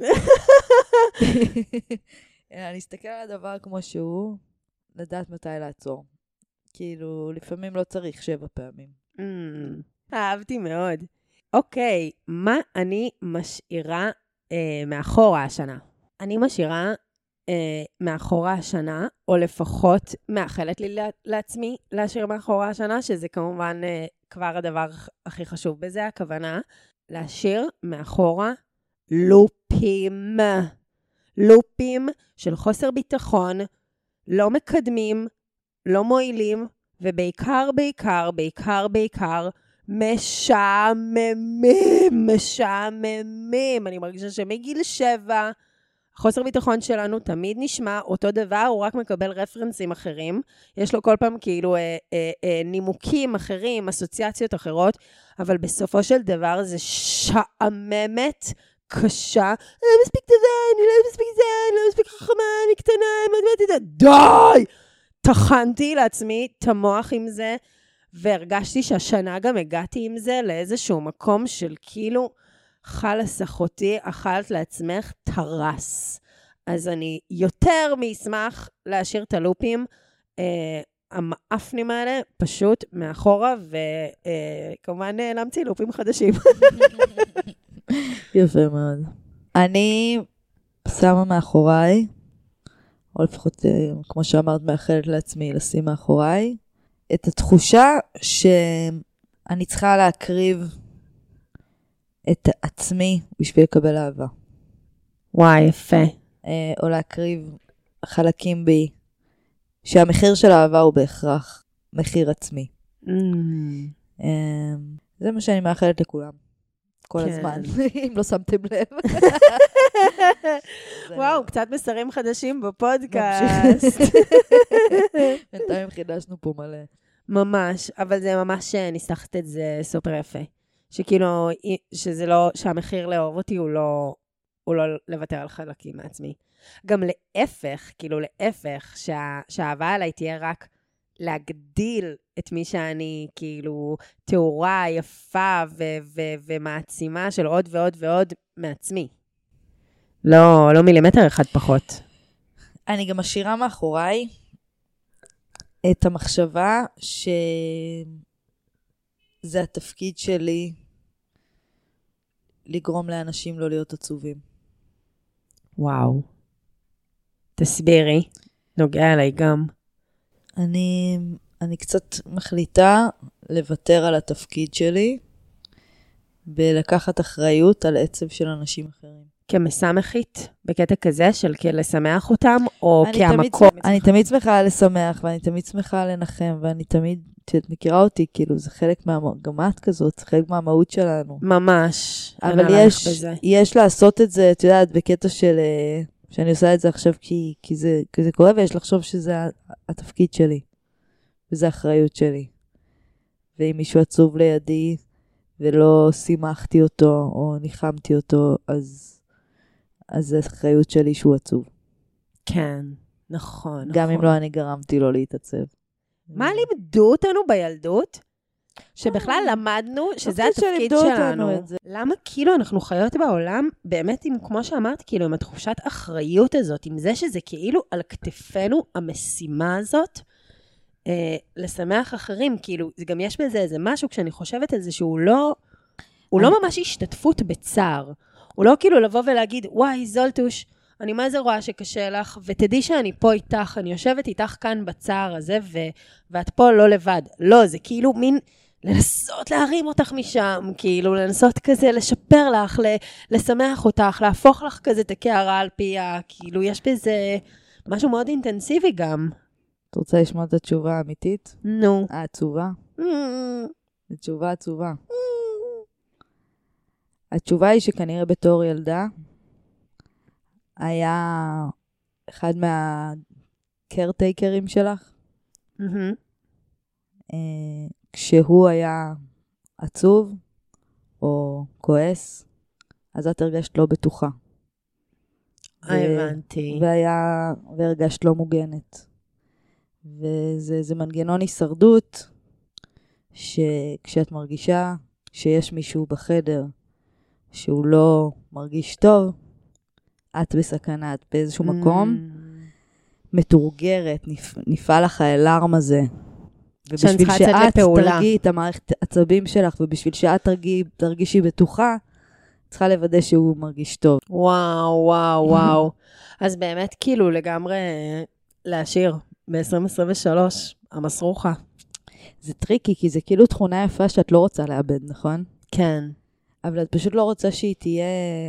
אני אסתכל על הדבר כמו שהוא, לדעת מתי לעצור. כאילו, לפעמים לא צריך 7 פעמים. אהבתי מאוד. אוקיי, מה אני משאירה מאחורה השנה? אני משאירה מאחורה השנה, או לפחות מאחלת לי לעצמי להשאיר מאחורה השנה, שזה כמובן כבר הדבר הכי חשוב בזה, הכוונה, להשאיר מאחורה לופים. לופים של חוסר ביטחון, לא מקדמים, לא מועילים, ובעיקר, בעיקר, משעממים. אני מרגישה שמגיל 7, החוסר ביטחון שלנו תמיד נשמע אותו דבר, הוא רק מקבל רפרנסים אחרים. יש לו כל פעם כאילו נימוקים אחרים, אסוציאציות אחרות, אבל בסופו של דבר זה שעממת קשה. אני לא מספיק טובה, אני לא מספיק זה, אני לא מספיק חכמה, אני קטנה, די! תחנתי לעצמי את המוח עם זה, והרגשתי שהשנה גם הגעתי עם זה לאיזשהו מקום של כאילו, חלס אחותי, אכלת לעצמך תרס. אז אני יותר מאשמח להשאיר את הלופים, המאפנים האלה פשוט מאחורה, וכמובן נעלמתי לופים חדשים. יפה מאוד. אני שמה מאחוריי, או לפחות, כמו שאמרת, מאחלת לעצמי לשים מאחוריי, את התחושה שאני צריכה להקריב את עצמי בשביל לקבל אהבה. וואי, יפה. או להקריב חלקים בי, שהמחיר של האהבה הוא בהכרח מחיר עצמי. זה מה שאני מאחלת לכולם. כל הזמן, אם לא שמתם לב. וואו, קצת מסרים חדשים בפודקאסט. בינתיים חידשנו פה מלא. ממש, אבל זה ממש ניסחת את זה סופר יפה. שכאילו, שזה לא, שהמחיר לאהוב אותי הוא לא לוותר על חלקים מעצמי. גם להפך, כאילו להפך, שהאהבה עליי תהיה רק להגדיל את מי שאני, כאילו, תאורה, יפה ומעצימה של עוד ועוד ועוד מעצמי. לא מילימטר אחד פחות. אני גם משאירה מאחוריי את המחשבה שזה התפקיד שלי לגרום לאנשים לא להיות עצובים. וואו. תסבירי. נוגע אליי גם. אני קצת מחליטה לוותר על התפקיד שלי, בלקחת אחריות על עצב של אנשים אחרים. כמסמכית, בקטע כזה של לשמח אותם, או כהמקום? אני תמיד שמחה לשמח, ואני תמיד שמחה לנחם, ואני תמיד, את מכירה אותי, כאילו זה חלק מהמגמת כזאת, זה חלק מהמהות שלנו. ממש. אבל יש לעשות את זה, את יודעת, בקטע של, שאני עושה את זה עכשיו כי זה קורה, ויש לחשוב שזה התפקיד שלי, וזה האחריות שלי. ואם מישהו עצוב לידי, ולא שימחתי אותו, או ניחמתי אותו, אז זה האחריות שלי שהוא עצוב. כן, נכון. גם אם לא אני גרמתי לו להתעצב. מה לימדו אותנו בילדות? שבכלל למדנו שזה התפקיד שלנו. למה כאילו אנחנו חיות בעולם, באמת עם, כמו שאמרת, כאילו עם התחושת אחריות הזאת, עם זה שזה כאילו על כתפינו המשימה הזאת, לשמח אחרים, כאילו, זה גם יש בזה איזה משהו, כשאני חושבת על זה שהוא לא ממש השתתפות בצער. הוא לא כאילו לבוא ולהגיד, וואי, זולטוש, אני מה זה רואה שקשה לך, ותדעי שאני פה איתך, אני יושבת איתך כאן בצער הזה, ואת פה לא לבד. לא, זה כאילו מין לנסות להרים אותך משם, כאילו לנסות כזה לשפר לך, לשמח אותך, להפוך לך כזה את הקערה על פיה, כאילו יש בזה משהו מאוד אינטנסיבי גם. את רוצה לשמוע את התשובה האמיתית? נו. העצובה? זו תשובה עצובה. התשובה היא שכנראה בתור ילדה, היה אחד מהקרטייקרים שלך, כשהוא היה עצוב, או כועס, אז את הרגשת לא בטוחה. הבנתי. והרגשת לא מוגנת. וזה מנגנון הישרדות, שכשאת מרגישה שיש מישהו בחדר, שהוא לא מרגיש טוב, את בסכנה, את באיזשהו מקום, מתורגרת, נפעל לך האלארם הזה. ובשביל שאת תרגיעי את המערכת עצבים שלך, ובשביל שאת תרגישי בטוחה, צריכה לוודא שהוא מרגיש טוב. וואו, וואו, וואו. אז באמת כאילו לגמרי להשאיר ב-2023, המסרוחה. זה טריקי, כי זה כאילו תכונה יפה שאת לא רוצה לאבד, נכון? כן. אבל את פשוט לא רוצה שהיא תהיה,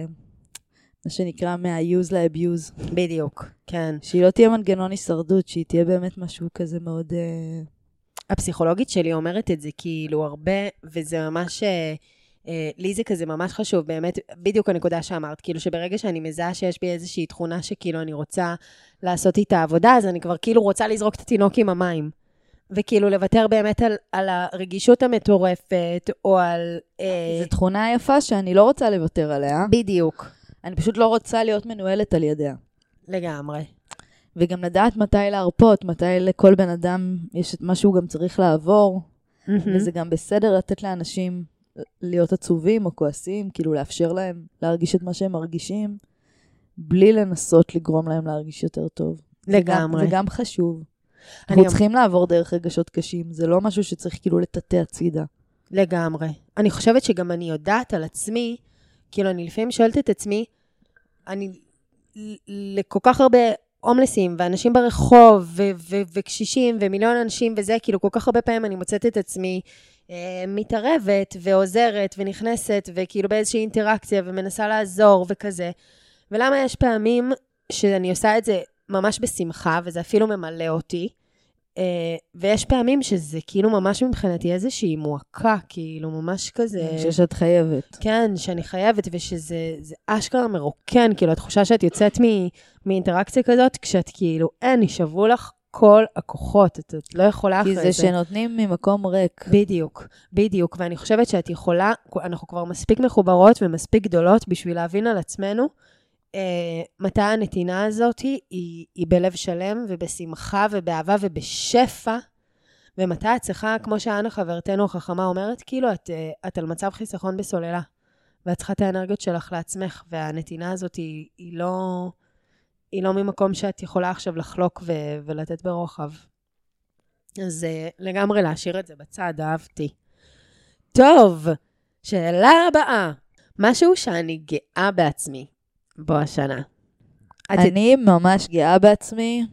מה שנקרא, מה-use ל-abuse. בדיוק, כן. שהיא לא תהיה מנגנון הישרדות, שהיא תהיה באמת משהו כזה מאוד... הפסיכולוגית שלי אומרת את זה כאילו הרבה, וזה ממש... לי זה כזה ממש חשוב, באמת, בדיוק הנקודה שאמרת, כאילו שברגע שאני מזהה שיש בי איזושהי תכונה שכאילו אני רוצה לעשות איתה עבודה, אז אני כבר כאילו רוצה לזרוק את התינוק עם המים. וכאילו לוותר באמת על הרגישות המטורפת, או על... זו תכונה יפה שאני לא רוצה לוותר עליה. בדיוק. אני פשוט לא רוצה להיות מנוהלת על ידיה. לגמרי. וגם לדעת מתי להרפות, מתי לכל בן אדם יש את מה שהוא גם צריך לעבור, וזה גם בסדר לתת לאנשים להיות עצובים או כועסים, כאילו לאפשר להם להרגיש את מה שהם מרגישים, בלי לנסות לגרום להם להרגיש יותר טוב. לגמרי. זה גם חשוב. אנחנו צריכים לעבור דרך רגשות קשים, זה לא משהו שצריך כאילו לטאטא הצידה. לגמרי. אני חושבת שגם אני יודעת על עצמי, כאילו אני לפעמים שואלת את עצמי, אני לכל כך הרבה הומלסים ואנשים ברחוב וקשישים ומיליון אנשים וזה, כאילו כל כך הרבה פעמים אני מוצאת את עצמי מתערבת ועוזרת ונכנסת וכאילו באיזושהי אינטראקציה ומנסה לעזור וכזה. ולמה יש פעמים שאני עושה את זה ממש בשמחה וזה אפילו ממלא אותי, ויש פעמים שזה כאילו ממש מבחינתי איזושהי מועקה, כאילו ממש כזה... שאת חייבת. כן, שאני חייבת, ושזה אשכרה מרוקן, כאילו התחושה שאת יוצאת מאינטראקציה כזאת, כשאת כאילו, נשאבו לך כל הכוחות, את לא יכולה אחרי זה. כי זה שנותנים ממקום ריק. בדיוק, בדיוק, ואני חושבת שאת יכולה, אנחנו כבר מספיק מחוברות ומספיק גדולות בשביל להבין על עצמנו, מתי הנתינה הזאת היא בלב שלם ובשמחה ובאהבה ובשפע, ומתי את צריכה, כמו שאנה חברתנו החכמה אומרת, כאילו את על מצב חיסכון בסוללה, ואת צריכה את האנרגיות שלך לעצמך, והנתינה הזאת היא לא ממקום שאת יכולה עכשיו לחלוק ולתת ברוחב. אז לגמרי להשאיר את זה בצד, אהבתי. טוב, שאלה הבאה. משהו שאני גאה בעצמי בו השנה. אני ממש גאה בעצמי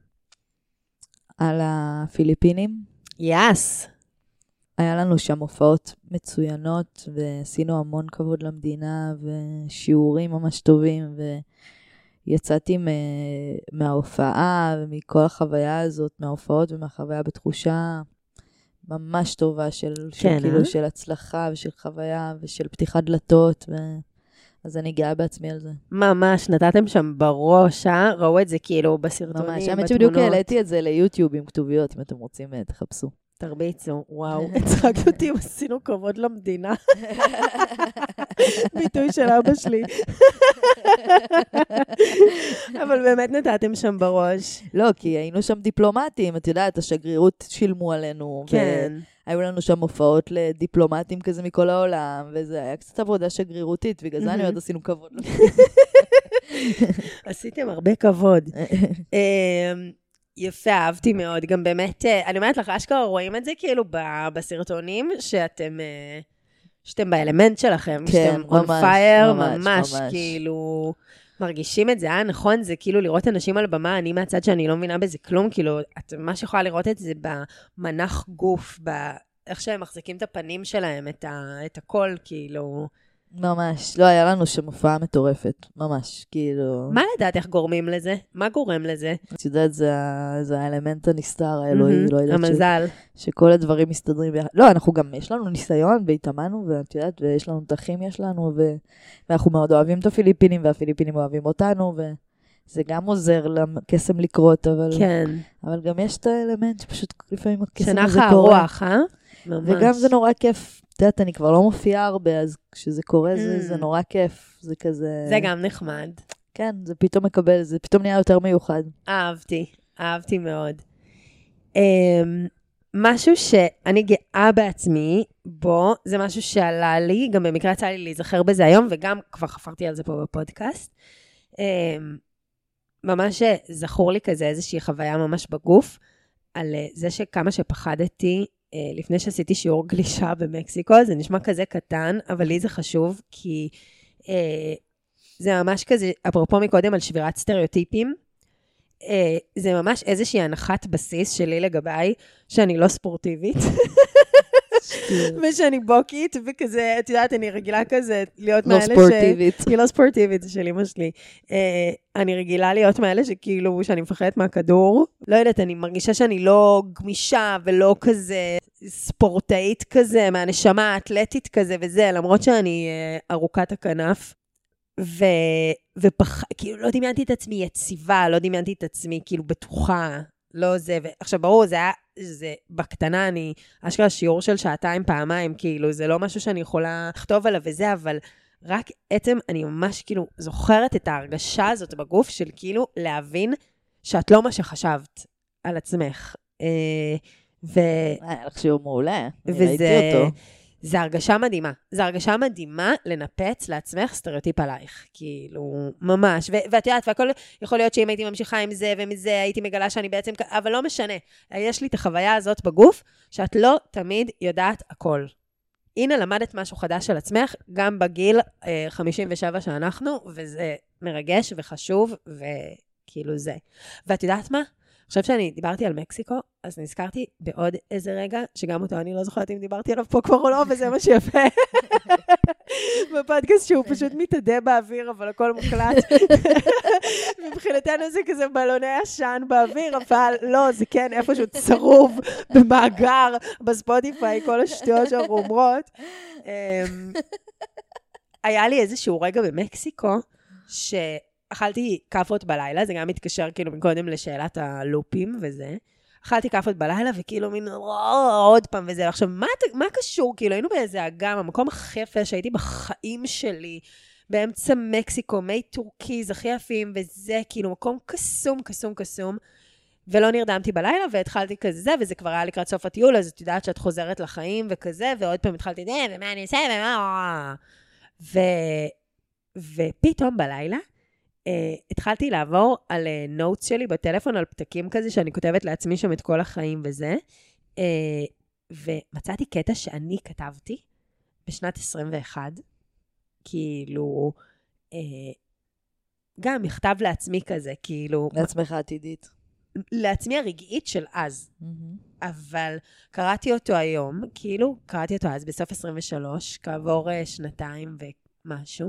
על הפיליפינים. יס. היה לנו שם הופעות מצוינות, ועשינו המון כבוד למדינה, ושיעורים ממש טובים, ויצאתי מההופעה, ומכל החוויה הזאת, מההופעות ומהחוויה בתחושה ממש טובה של הצלחה, ושל חוויה, ושל פתיחת דלתות, אז אני גאה בעצמי על זה. ממש, נתתם שם בראש, ראו את זה כאילו בסרטונים, ממש, האמת שבדיוק העליתי את זה ליוטיוב עם כתוביות, אם אתם רוצים, תחפשו. תרביצו, וואו, הצחקת אותי, עשינו כבוד למדינה. ביטוי של אבא שלי. אבל באמת נתתם שם בראש. לא, כי היינו שם דיפלומטים, את יודעת, השגרירות שילמו עלינו. כן. היו לנו שם הופעות לדיפלומטים כזה מכל העולם, וזה היה קצת עבודה שגרירותית, בגלל זה אני עוד עשינו כבוד. עשיתם הרבה כבוד. יפה, אהבתי מאוד. גם באמת, אני אומרת לך, אשכרה רואים את זה כאילו בסרטונים, שאתם באלמנט שלכם, שאתם on fire, ממש, כאילו, מרגישים את זה, נכון? זה כאילו לראות אנשים על במה, אני מהצד שאני לא מבינה בזה כלום, כאילו, את ממש יכולה לראות את זה במנח גוף, איך שהם מחזיקים את הפנים שלהם, את הכל, כאילו... ממש, לא, היה לנו שם הופעה מטורפת, ממש, כאילו... מה לדעת איך גורמים לזה? מה גורם לזה? את יודעת, זה האלמנט הנסתר, האלוהי, לא יודעת המזל. שכל הדברים מסתדרים ביחד. לא, אנחנו גם, יש לנו ניסיון, והתאמנו, ואת יודעת, ויש לנו תחים יש לנו, ואנחנו מאוד אוהבים את הפיליפינים, והפיליפינים אוהבים אותנו, וזה גם עוזר לקסם לקרות, אבל... כן. אבל גם יש את האלמנט שפשוט לפעמים הקסם הזה שנח הרוח, ממש. וגם זה נורא כיף. את יודעת, אני כבר לא מופיעה הרבה, אז כשזה קורה זה נורא כיף. זה כזה... זה גם נחמד. כן, זה פתאום מקבל, זה פתאום נהיה יותר מיוחד. אהבתי מאוד. משהו שאני גאה בעצמי בו, זה משהו שעלה לי, גם במקרה יצא לי להיזכר בזה היום, וגם כבר חפרתי על זה פה בפודקאסט. ממש זכור לי כזה איזושהי חוויה ממש בגוף, על זה שכמה שפחדתי, לפני שעשיתי שיעור גלישה במקסיקו, זה נשמע כזה קטן, אבל לי זה חשוב, כי זה ממש כזה, אפרופו מקודם על שבירת סטריאוטיפים, זה ממש איזושהי הנחת בסיס שלי לגביי, שאני לא ספורטיבית, ושאני בוקית, וכזה, את יודעת, אני רגילה כזה להיות מאלה לא ספורטיבית. היא לא ספורטיבית, זה של אמא שלי. אני רגילה להיות מאלה שכאילו, שאני מפחדת מהכדור. לא יודעת, אני מרגישה שאני לא גמישה, ולא כזה ספורטאית כזה, מהנשמה האתלטית כזה וזה, למרות שאני ארוכת הכנף. כאילו לא דמיינתי את עצמי יציבה, לא דמיינתי את עצמי כאילו בטוחה, לא זה, עכשיו ברור, זה בקטנה, אני אשכרה שיעור של שעתיים פעמיים, כאילו זה לא משהו שאני יכולה לכתוב עליו וזה, אבל רק עצם אני ממש כאילו זוכרת את ההרגשה הזאת בגוף של כאילו להבין שאת לא מה שחשבת על עצמך. היה לך שיעור מעולה, אני ראיתי אותו. זה הרגשה מדהימה. זה הרגשה מדהימה לנפץ לעצמך סטריאוטיפ עלייך. כאילו, ממש. ואת יודעת, והכל יכול להיות שאם הייתי ממשיכה עם זה ומזה, הייתי מגלה שאני בעצם... אבל לא משנה. יש לי את החוויה הזאת בגוף, שאת לא תמיד יודעת הכל. הנה, למדת משהו חדש על עצמך, גם בגיל 57 שאנחנו, וזה מרגש וחשוב, וכאילו זה. ואת יודעת מה? עכשיו שאני דיברתי על מקסיקו, אז נזכרתי בעוד איזה רגע, שגם אותו אני לא זוכרת אם דיברתי עליו פה כבר או לא, וזה מה שיפה. בפודקאסט שהוא פשוט מתעדה באוויר, אבל הכל מוקלט. מבחינתנו זה כזה בלוני עשן באוויר, אבל לא, זה כן איפשהו צרוב במאגר, בספוטיפיי, כל השטויות שאנחנו אומרות. היה לי איזשהו רגע במקסיקו, אכלתי קפות בלילה, זה גם מתקשר כאילו מקודם לשאלת הלופים וזה. אכלתי קפות בלילה וכאילו מין עוד פעם וזה. עכשיו, מה קשור? כאילו היינו באיזה אגם, המקום הכי יפה שהייתי בחיים שלי, באמצע מקסיקו, מי טורקיז, הכי יפים וזה, כאילו מקום קסום, קסום, קסום. ולא נרדמתי בלילה והתחלתי כזה, וזה כבר היה לקראת סוף הטיול, אז את יודעת שאת חוזרת לחיים וכזה, ועוד פעם התחלתי, ומה אני עושה, ופתאום בלילה, התחלתי לעבור על נוטס שלי בטלפון, על פתקים כזה, שאני כותבת לעצמי שם את כל החיים וזה, ומצאתי קטע שאני כתבתי בשנת 21, כאילו, גם מכתב לעצמי כזה, כאילו... לעצמך עתידית. לעצמי הרגעית של אז. אבל קראתי אותו היום, כאילו, קראתי אותו אז בסוף 23, כעבור שנתיים ומשהו,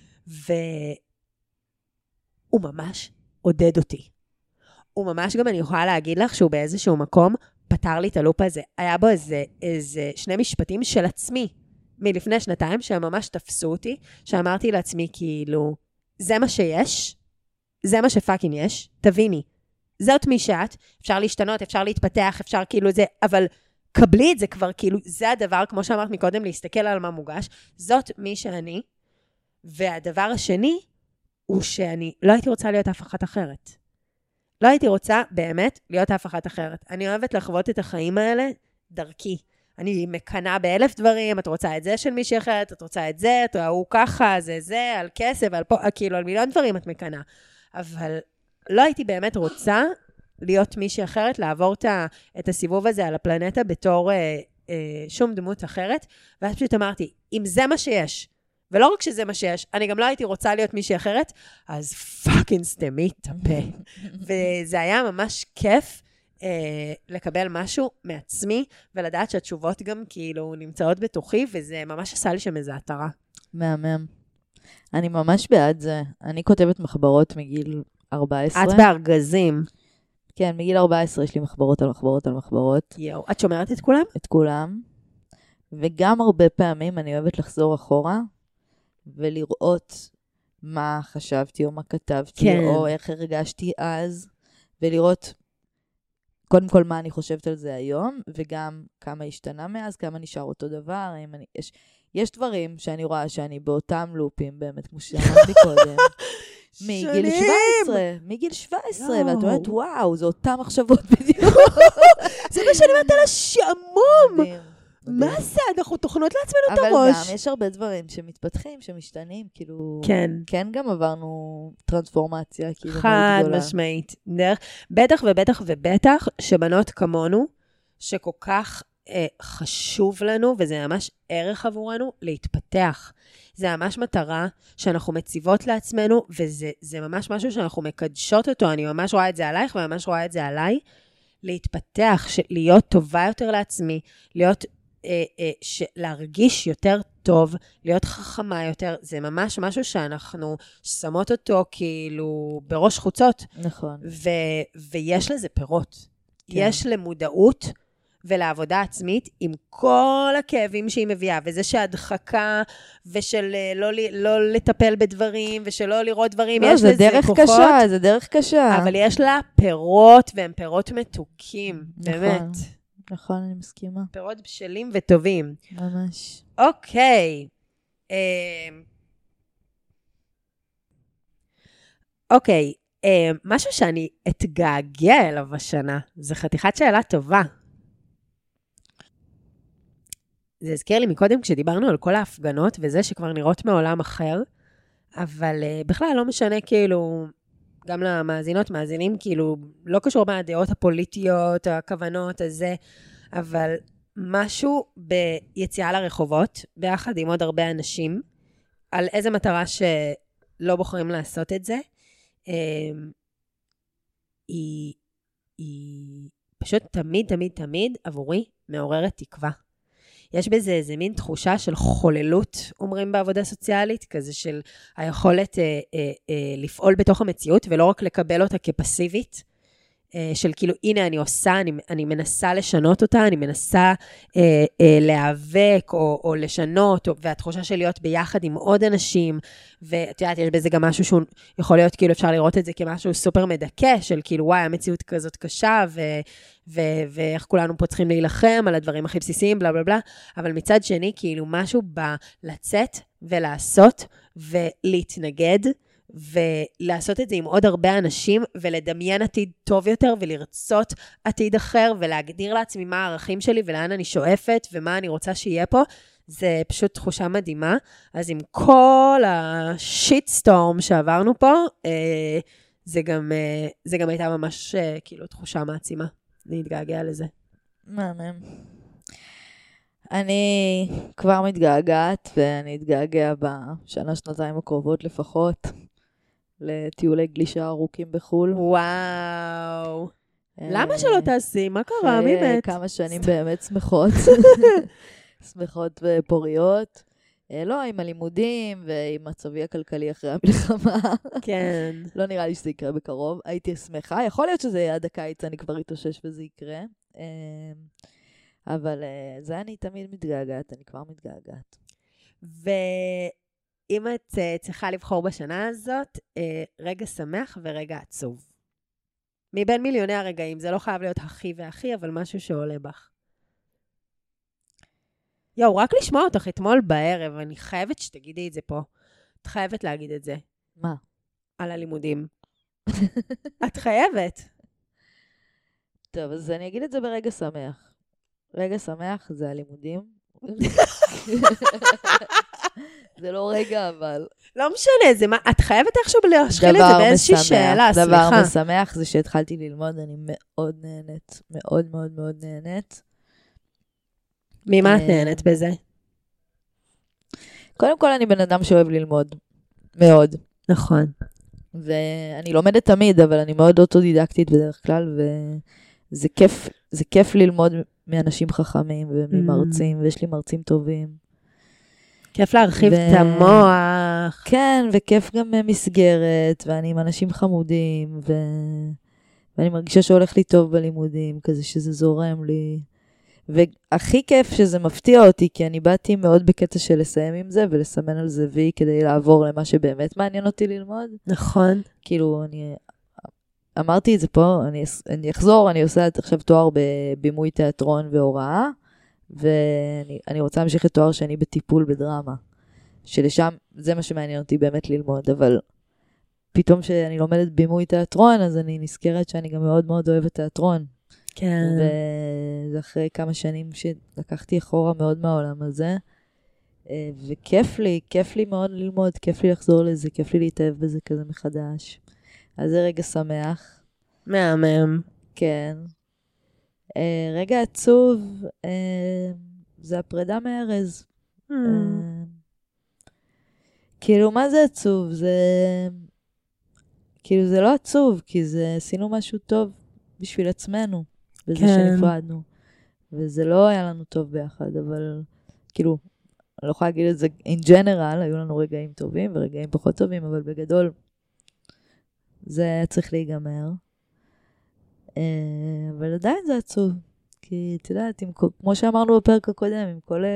הוא ממש עודד אותי. הוא ממש גם אני יכולה להגיד לך שהוא באיזשהו מקום פתר לי את הלופ הזה. היה בו איזה שני משפטים של עצמי מלפני שנתיים שהם ממש תפסו אותי, שאמרתי לעצמי כאילו, זה מה שיש, זה מה שפאקינג יש, תביני. זאת מי שאת, אפשר להשתנות, אפשר להתפתח, אפשר כאילו זה, אבל קבלי את זה כבר כאילו, זה הדבר, כמו שאמרת מקודם, להסתכל על מה מוגש, זאת מי שאני, והדבר השני, הוא שאני לא הייתי רוצה להיות אף אחת אחרת. לא הייתי רוצה באמת להיות אף אחת אחרת. אני אוהבת לחוות את החיים האלה דרכי. אני מקנה ב1,000 דברים, את רוצה את זה של מישהי אחרת, את רוצה את זה, את הוא ככה, זה, על כסף, על פה, כאילו על מיליון דברים את מקנה. אבל לא הייתי באמת רוצה להיות מישהי אחרת, לעבור את הסיבוב הזה על הפלנטה בתור שום דמות אחרת, ואז פשוט אמרתי, אם זה מה שיש, ולא רק שזה מה שיש, אני גם לא הייתי רוצה להיות מישהי אחרת, אז פאקינג סתמי את הפה. וזה היה ממש כיף לקבל משהו מעצמי, ולדעת שהתשובות גם כאילו נמצאות בתוכי, וזה ממש עשה לי שם איזו התרה. מהמם. אני ממש בעד זה. אני כותבת מחברות מגיל 14. את בארגזים. כן, מגיל 14 יש לי מחברות על מחברות על מחברות. יואו, את שומרת את כולם? את כולם. וגם הרבה פעמים אני אוהבת לחזור אחורה, ולראות מה חשבתי או מה כתבתי, כן. או איך הרגשתי אז, ולראות קודם כל מה אני חושבת על זה היום, וגם כמה השתנה מאז, כמה נשאר אותו דבר. יש דברים שאני רואה שאני באותם לופים, באמת, כמו שאמרתי קודם. מגיל 17, מגיל 17, ואת אומרת, וואו, זה אותם מחשבות בדיוק. זה מה שאני אומרת על השעמום. מה זה? אנחנו תוכנות לעצמנו את הראש. אבל גם יש הרבה דברים שמתפתחים, שמשתנים, כאילו... כן. כן גם עברנו טרנספורמציה, כאילו מאוד חד גדולה. משמעית. בטח ובטח ובטח שבנות כמונו, שכל כך חשוב לנו, וזה ממש ערך עבורנו, להתפתח. זה ממש מטרה שאנחנו מציבות לעצמנו, וזה ממש משהו שאנחנו מקדשות אותו. אני ממש רואה את זה עלייך, וממש רואה את זה עליי. להתפתח, להיות טובה יותר לעצמי, להרגיש יותר טוב, להיות חכמה יותר, זה ממש משהו שאנחנו שמות אותו כאילו בראש חוצות. נכון. ויש לזה פירות. כן. יש למודעות ולעבודה עצמית עם כל הכאבים שהיא מביאה, וזה שהדחקה ושל לא לטפל בדברים, ושלא לראות דברים, לא, יש זה לזה דרך כוחות. קשה, זה דרך קשה. אבל יש לה פירות, והם פירות מתוקים, נכון. באמת. נכון, אני מסכימה. פירות בשלים וטובים. ממש. אוקיי. אוקיי. משהו שאני אתגעגע אליו השנה, זה חתיכת שאלה טובה. זה הזכיר לי מקודם כשדיברנו על כל ההפגנות וזה שכבר נראות מעולם אחר, אבל בכלל לא משנה כאילו, גם למאזינות, מאזינים כאילו, לא קשור מהדעות הפוליטיות, הכוונות, הזה, אבל משהו ביציאה לרחובות, ביחד עם עוד הרבה אנשים, על איזה מטרה שלא בוחרים לעשות את זה, היא פשוט תמיד, תמיד, תמיד עבורי מעוררת תקווה. יש בזה איזה מין תחושה של חוללות, אומרים בעבודה סוציאלית, כזה של היכולת לפעול בתוך המציאות, ולא רק לקבל אותה כפסיבית, של כאילו, הנה אני עושה, אני מנסה לשנות אותה, אני מנסה להיאבק או לשנות, והתחושה של להיות ביחד עם עוד אנשים, ואת יודעת, יש בזה גם משהו שהוא יכול להיות, כאילו אפשר לראות את זה כמשהו סופר מדכא, של כאילו, וואי, המציאות כזאת קשה, ואיך כולנו פה צריכים להילחם על הדברים הכי בסיסיים, בלה בלה בלה, אבל מצד שני, כאילו משהו בלצאת ולעשות ולהתנגד, ולעשות את זה עם עוד הרבה אנשים, ולדמיין עתיד טוב יותר, ולרצות עתיד אחר, ולהגדיר לעצמי מה הערכים שלי, ולאן אני שואפת, ומה אני רוצה שיהיה פה, זה פשוט תחושה מדהימה. אז עם כל השיט סטורם שעברנו פה, זה גם הייתה ממש כאילו תחושה מעצימה. להתגעגע לזה. מהמם. אני כבר מתגעגעת, ואני אתגעגע בשנה, שנתיים הקרובות לפחות, לטיולי גלישה ארוכים בחול. וואו. למה שלא תעשי? מה קרה? מי מת? כמה שנים באמת שמחות. שמחות ופוריות. לא, עם הלימודים ועם מצבי הכלכלי אחרי המלחמה. כן. לא נראה לי שזה יקרה בקרוב. הייתי שמחה. יכול להיות שזה עד הקיץ, אני כבר אתאושש וזה יקרה. אבל זה אני תמיד מתגעגעת, אני כבר מתגעגעת. ואם את צריכה לבחור בשנה הזאת, רגע שמח ורגע עצוב. מבין מיליוני הרגעים, זה לא חייב להיות הכי והכי, אבל משהו שעולה בך. יואו, רק לשמוע אותך אתמול בערב, אני חייבת שתגידי את זה פה. את חייבת להגיד את זה. מה? על הלימודים. את חייבת. טוב, אז אני אגיד את זה ברגע שמח. רגע שמח זה הלימודים. זה לא רגע, אבל... לא משנה, זה מה, את חייבת איכשהו להשחיל את זה באיזושהי שאלה, סליחה. דבר משמח זה שהתחלתי ללמוד, אני מאוד נהנית, מאוד מאוד מאוד נהנית. ממה את נהנית בזה? קודם כל אני בן אדם שאוהב ללמוד, מאוד. נכון. ואני לומדת תמיד, אבל אני מאוד אוטודידקטית בדרך כלל, וזה כיף, זה כיף ללמוד מאנשים חכמים וממרצים, ויש לי מרצים טובים. כיף להרחיב את המוח. כן, וכיף גם מסגרת, ואני עם אנשים חמודים, ואני מרגישה שהולך לי טוב בלימודים, כזה שזה זורם לי. והכי כיף שזה מפתיע אותי, כי אני באתי מאוד בקטע של לסיים עם זה, ולסמן על זה וי, כדי לעבור למה שבאמת מעניין אותי ללמוד. נכון. כאילו, אמרתי את זה פה, אני אחזור, אני עושה עכשיו תואר בבימוי תיאטרון והוראה, ואני רוצה להמשיך את תואר שני בטיפול בדרמה, שלשם זה מה שמעניין אותי באמת ללמוד, אבל פתאום שאני לומדת בימוי תיאטרון, אז אני נזכרת שאני גם מאוד מאוד אוהבת תיאטרון. כן. וזה אחרי כמה שנים שלקחתי אחורה מאוד מהעולם הזה, וכיף לי מאוד ללמוד, כיף לי לחזור לזה, כיף לי להתאהב בזה כזה מחדש. אז זה רגע שמח. מהמם. כן. רגע עצוב, זה הפרידה מארז. כאילו, מה זה עצוב? כאילו, זה לא עצוב, כי עשינו משהו טוב בשביל עצמנו, בזה שנפרדנו. וזה לא היה לנו טוב ביחד, אבל כאילו, אני לא יכולה להגיד את זה in general, היו לנו רגעים טובים ורגעים פחות טובים, אבל בגדול, זה היה צריך להיגמר. אבל עדיין זה עצוב. כי, את יודעת, כמו שאמרנו בפרק הקודם, עם כל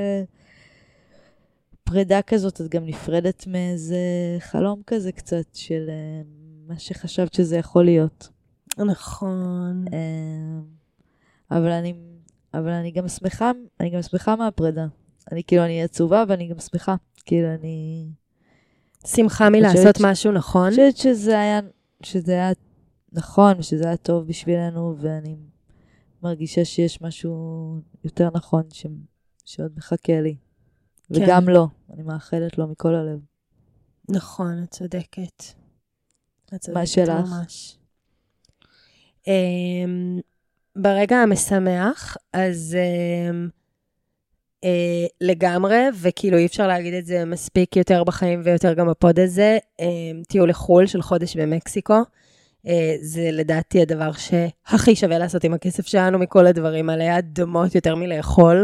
פרידה כזאת, את גם נפרדת מאיזה חלום כזה קצת, של מה שחשבת שזה יכול להיות. נכון. אבל אני גם שמחה מהפרידה. אני עצובה, ואני גם שמחה. כאילו, אני... שמחה מלעשות משהו נכון? אני חושבת שזה היה נכון, שזה היה טוב בשבילנו, ואני מרגישה שיש משהו יותר נכון שעוד מחכה לי. כן. וגם לא, אני מאחלת לו מכל הלב. נכון, את צודקת. מה שלך? ממש. ברגע המשמח, אז לגמרי, וכאילו אי אפשר להגיד את זה מספיק יותר בחיים ויותר גם בפוד הזה, טיול לחול של חודש במקסיקו, זה לדעתי הדבר שהכי שווה לעשות עם הכסף שלנו מכל הדברים האלה, הדומות יותר מלאכול.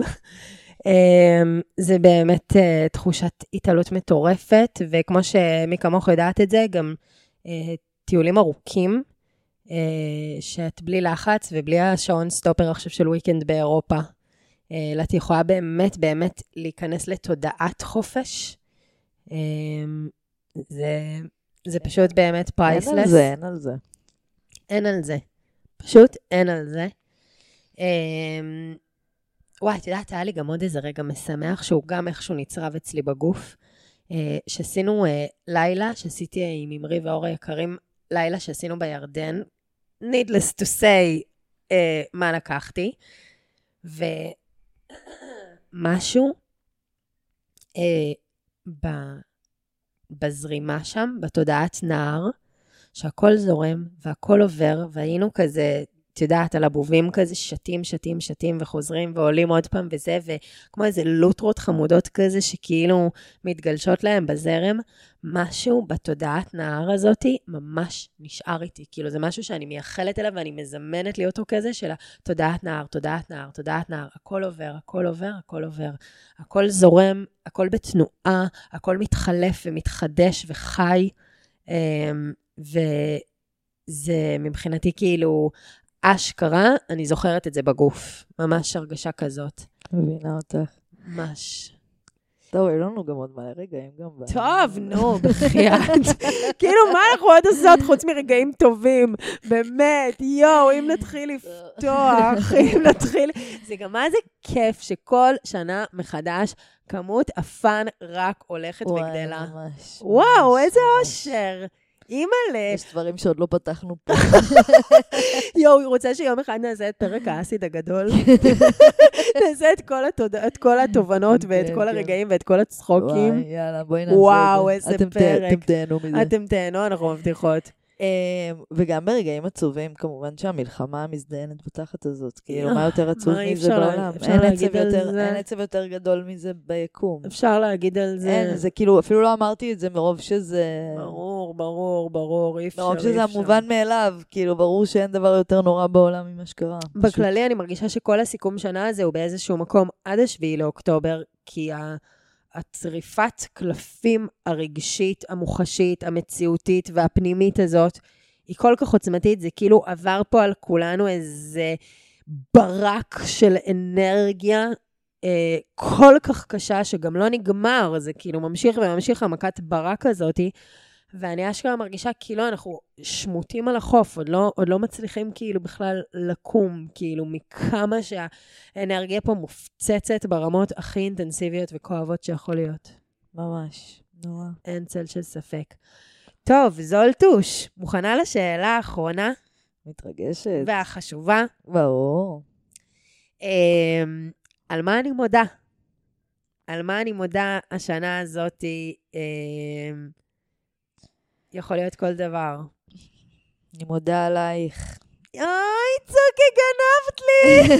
זה באמת תחושת התעלות מטורפת, וכמו שמי כמוך יודעת את זה, גם טיולים ארוכים, שאת בלי לחץ ובלי השעון סטופר עכשיו של וויקנד באירופה, את יכולה באמת באמת להיכנס לתודעת חופש. זה פשוט באמת פרייסלס. אין על זה. אין על זה. פשוט אין על זה. וואי, את יודעת, היה לי גם עוד איזה רגע משמח, שהוא גם איכשהו נצרב אצלי בגוף, שעשינו לילה, שעשיתי עם אמרי ואור היקרים, לילה שעשינו בירדן, needless to say, מה לקחתי, ומשהו בזרימה שם, בתודעת נער, שהכל זורם והכל עובר, והיינו כזה, את יודעת, על הבובים כזה, שתים וחוזרים ועולים עוד פעם וזה, וכמו איזה לוטרות חמודות כזה, שכאילו מתגלשות להם בזרם, משהו בתודעת נער הזאת ממש נשאר איתי. כאילו זה משהו שאני מייחלת אליו, ואני מזמנת לי אותו כזה, של התודעת נער, תודעת נער, תודעת נער, הכל עובר, הכל עובר, הכל עובר. הכל זורם, הכל בתנועה, הכל מתחלף ומתחדש וחי, וזה מבחינתי כאילו... אשכרה, אני זוכרת את זה בגוף. ממש הרגשה כזאת. מבינה אותך. ממש. טוב, אין לנו גם עוד מלא רגעים גם. טוב, נו, בחייאת. כאילו, מה אנחנו עוד עושות חוץ מרגעים טובים? באמת, יואו, אם נתחיל לפתוח, אם נתחיל... זה גם מה זה כיף שכל שנה מחדש כמות הפן רק הולכת וגדלה. ממש. וואו, איזה אושר. אימא'לה. יש דברים שעוד לא פתחנו פה. יואו, היא רוצה שיום אחד נעשה את פרק האסיד הגדול. נעשה את כל התובנות ואת כל הרגעים ואת כל הצחוקים. וואי, יאללה, בואי נעשה את זה. וואו, איזה פרק. אתם תהנו מזה. אתם תהנו, אנחנו מבטיחות. וגם ברגעים עצובים, כמובן שהמלחמה המזדיינת בתחת הזאת, כאילו, מה יותר עצוב מזה בעולם? אין עצב יותר גדול מזה ביקום. אפשר להגיד על זה. אין, זה כאילו, אפילו לא אמרתי את זה מרוב שזה... ברור, אי אפשר. מרוב שזה המובן מאליו, כאילו, ברור שאין דבר יותר נורא בעולם ממה שקרה. בכללי, אני מרגישה שכל הסיכום שנה הזה הוא באיזשהו מקום עד 7 לאוקטובר, כי הצריפת קלפים הרגשית, המוחשית, המציאותית והפנימית הזאת, היא כל כך עוצמתית, זה כאילו עבר פה על כולנו איזה ברק של אנרגיה כל כך קשה, שגם לא נגמר, זה כאילו ממשיך וממשיך המכת ברק הזאת, ואני אשכרה מרגישה כאילו אנחנו שמוטים על החוף, עוד לא מצליחים כאילו בכלל לקום, כאילו מכמה שהאנרגיה פה מופצצת ברמות הכי אינטנסיביות וכואבות שיכול להיות. ממש, נורא. אין צל של ספק. טוב, זולטוש, מוכנה לשאלה האחרונה? מתרגשת. והחשובה. ברור. על מה אני מודה? על מה אני מודה השנה הזאת? יכול להיות כל דבר. אני מודה עלייך. אוי, צוקי, גנבת לי!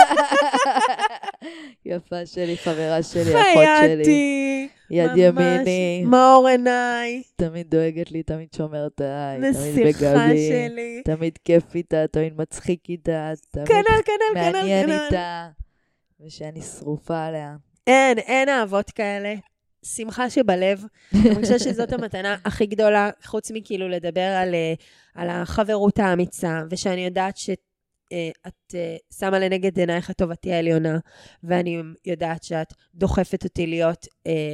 יפה שלי, חברה שלי, אחות שלי. חייתי. יד ימיני. מאור עיניי. תמיד דואגת לי, תמיד שומרת עליי. תמיד נסיכה בגבי. שלי. תמיד כיף איתה, תמיד מצחיק איתה. תמיד מעניין איתה. ושאני שרופה עליה. אין אהבות כאלה. שמחה שבלב. אני חושבת שזאת המתנה הכי גדולה, חוץ מכאילו לדבר על החברות האמיצה, ושאני יודעת שאת שמה לנגד עינייך את טובתי העליונה, ואני יודעת שאת דוחפת אותי להיות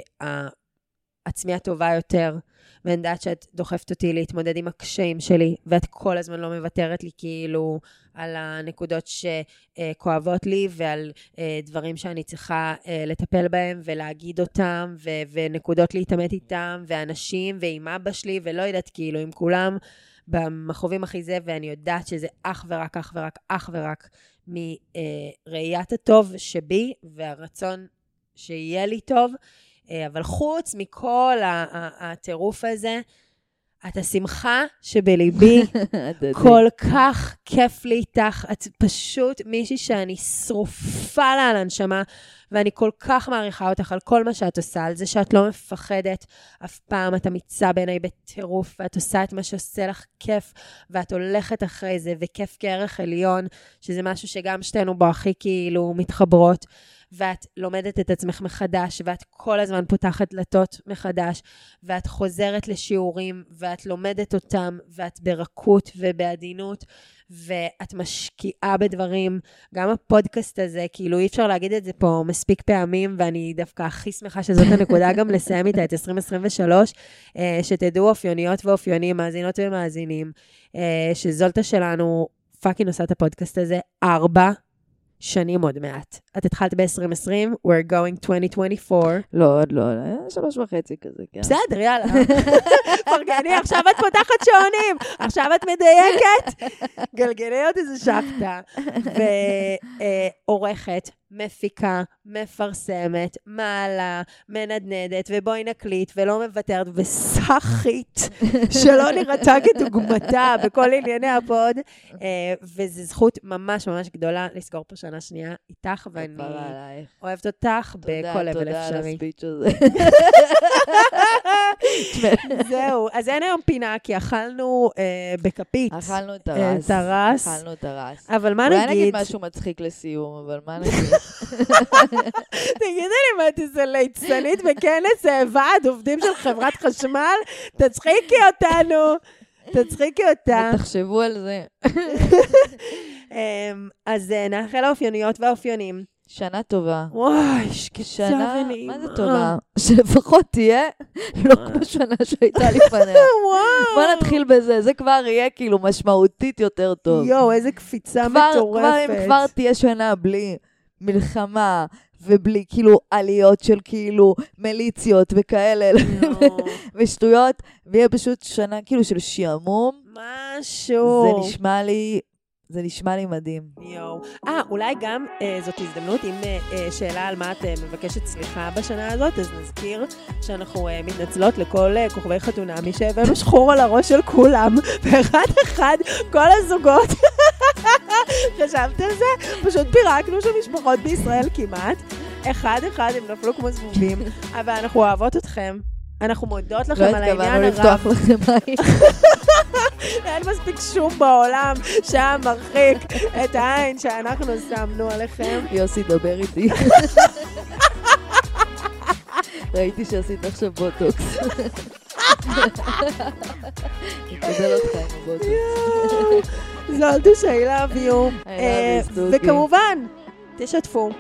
עצמי הטובה יותר, ואני יודעת שאת דוחפת אותי להתמודד עם הקשיים שלי, ואת כל הזמן לא מוותרת לי כאילו על הנקודות שכואבות לי, ועל דברים שאני צריכה לטפל בהם ולהגיד אותם, ונקודות להתאמת איתם, ואנשים, ועם אבא שלי, ולא יודעת כאילו עם כולם במחובים הכי זה, ואני יודעת שזה אך ורק מראיית הטוב שבי, והרצון שיהיה לי טוב, אבל חוץ מכל הטירוף הזה, את השמחה שבליבי, כל כך כיף לי איתך, את פשוט מישהי שאני שרופה לה על הנשמה, ואני כל כך מעריכה אותך על כל מה שאת עושה, על זה שאת לא מפחדת, אף פעם את אמיצה בעיניי בטירוף, ואת עושה את מה שעושה לך כיף, ואת הולכת אחרי זה, וכיף כערך עליון, שזה משהו שגם שתינו בו הכי כאילו מתחברות, ואת לומדת את עצמך מחדש, ואת כל הזמן פותחת דלתות מחדש, ואת חוזרת לשיעורים, ואת לומדת אותם, ואת ברכות ובעדינות, ואת משקיעה בדברים. גם הפודקאסט הזה, כאילו אי אפשר להגיד את זה פה מספיק פעמים, ואני דווקא הכי שמחה שזאת הנקודה גם לסיים איתה את 2023, שתדעו אופיוניות ואופיונים, מאזינות ומאזינים, שזולטה שלנו פאקינג עושה את הפודקאסט הזה 4 שנים עוד מעט. את התחלת ב-2020, we're going 2024. לא, עוד לא, 3.5 כזה, כן. בסדר, יאללה. פרגני, עכשיו את פותחת שעונים, עכשיו את מדייקת. גלגלי עוד איזה שחטה. ועורכת, מפיקה, מפרסמת, מעלה, מנדנדת, ובואי נקליט, ולא מוותרת, וסחית, שלא נראתה כדוגמתה בכל ענייני הפוד. וזו זכות ממש ממש גדולה לסגור פה שנה שנייה איתך, ואני אוהבת אותך בכל לבל אפשרי. תודה על הספיץ' הזה. זהו, אז אין היום פינה, כי אכלנו בכפית. אכלנו את הרס. אבל מה נגיד? אולי נגיד משהו מצחיק לסיום, אבל מה נגיד? תגידי לי, מה תזה ליצנית בכנס ועד עובדים של חברת חשמל? תצחיקי אותנו. תחשבו על זה. אז נאחל האופיוניות והאופיונים. שנה טובה. וואי, שקצה ונעימה. מה זה טובה? שלפחות תהיה לא כמו שנה שהייתה לפניה. בוא נתחיל בזה, זה כבר יהיה כאילו משמעותית יותר טוב. יואו, איזה קפיצה מטורפת. כבר תהיה שנה בלי משמע ובלי כאילו עליות של כאילו מיליציות וכאלה ושטויות, ויהיה פשוט שנה כאילו של שעמום. משהו. זה נשמע לי מדהים. יואו. אולי גם זאת הזדמנות, אם שאלה על מה את מבקשת סליחה בשנה הזאת, אז נזכיר שאנחנו מתנצלות לכל כוכבי חתונמי שהבאנו שחור על הראש של כולם, ואחד אחד כל הזוגות. חשבת על זה? פשוט פירקנו של משפחות בישראל כמעט. אחד הם נפלו כמו זבובים, אבל אנחנו אוהבות אתכם. אנחנו מודות לכם על העניין הרב. לא התכוונו לפתוח לכם עין. אין מספיק שום בעולם שם מרחיק את העין שאנחנו שמנו עליכם. יוסי, דבר איתי. ראיתי שעשית עכשיו בוטוקס. נקבל אותך עם הבוטוקס. זולטוש, I love you. וכמובן, תשתפו,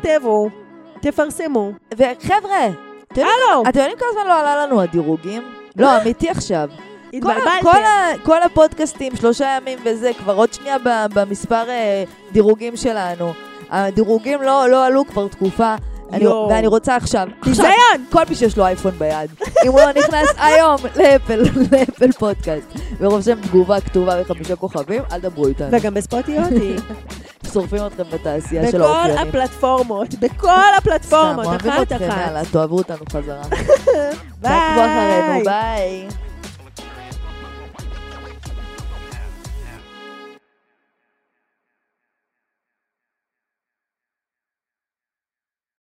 תכתבו, תפרסמו. וחבר'ה, אתם יודעים כמה זמן לא עלה לנו הדירוגים? לא, אמיתי עכשיו. כל הפודקאסטים, 3 ימים וזה, כבר עוד שנייה במספר דירוגים שלנו. הדירוגים לא עלו כבר תקופה. ואני רוצה עכשיו, כל מי שיש לו אייפון ביד, אם הוא לא נכנס היום לאפל פודקאסט, ורושם תגובה כתובה ו5 כוכבים, אל דברו איתנו. וגם בספוטיוטי. שורפים אתכם בתעשייה של האופיינים. בכל הפלטפורמות, סתם, אוהבים אתכם, יאללה, תאהבו אותנו חזרה. תעקבו אחרינו, ביי.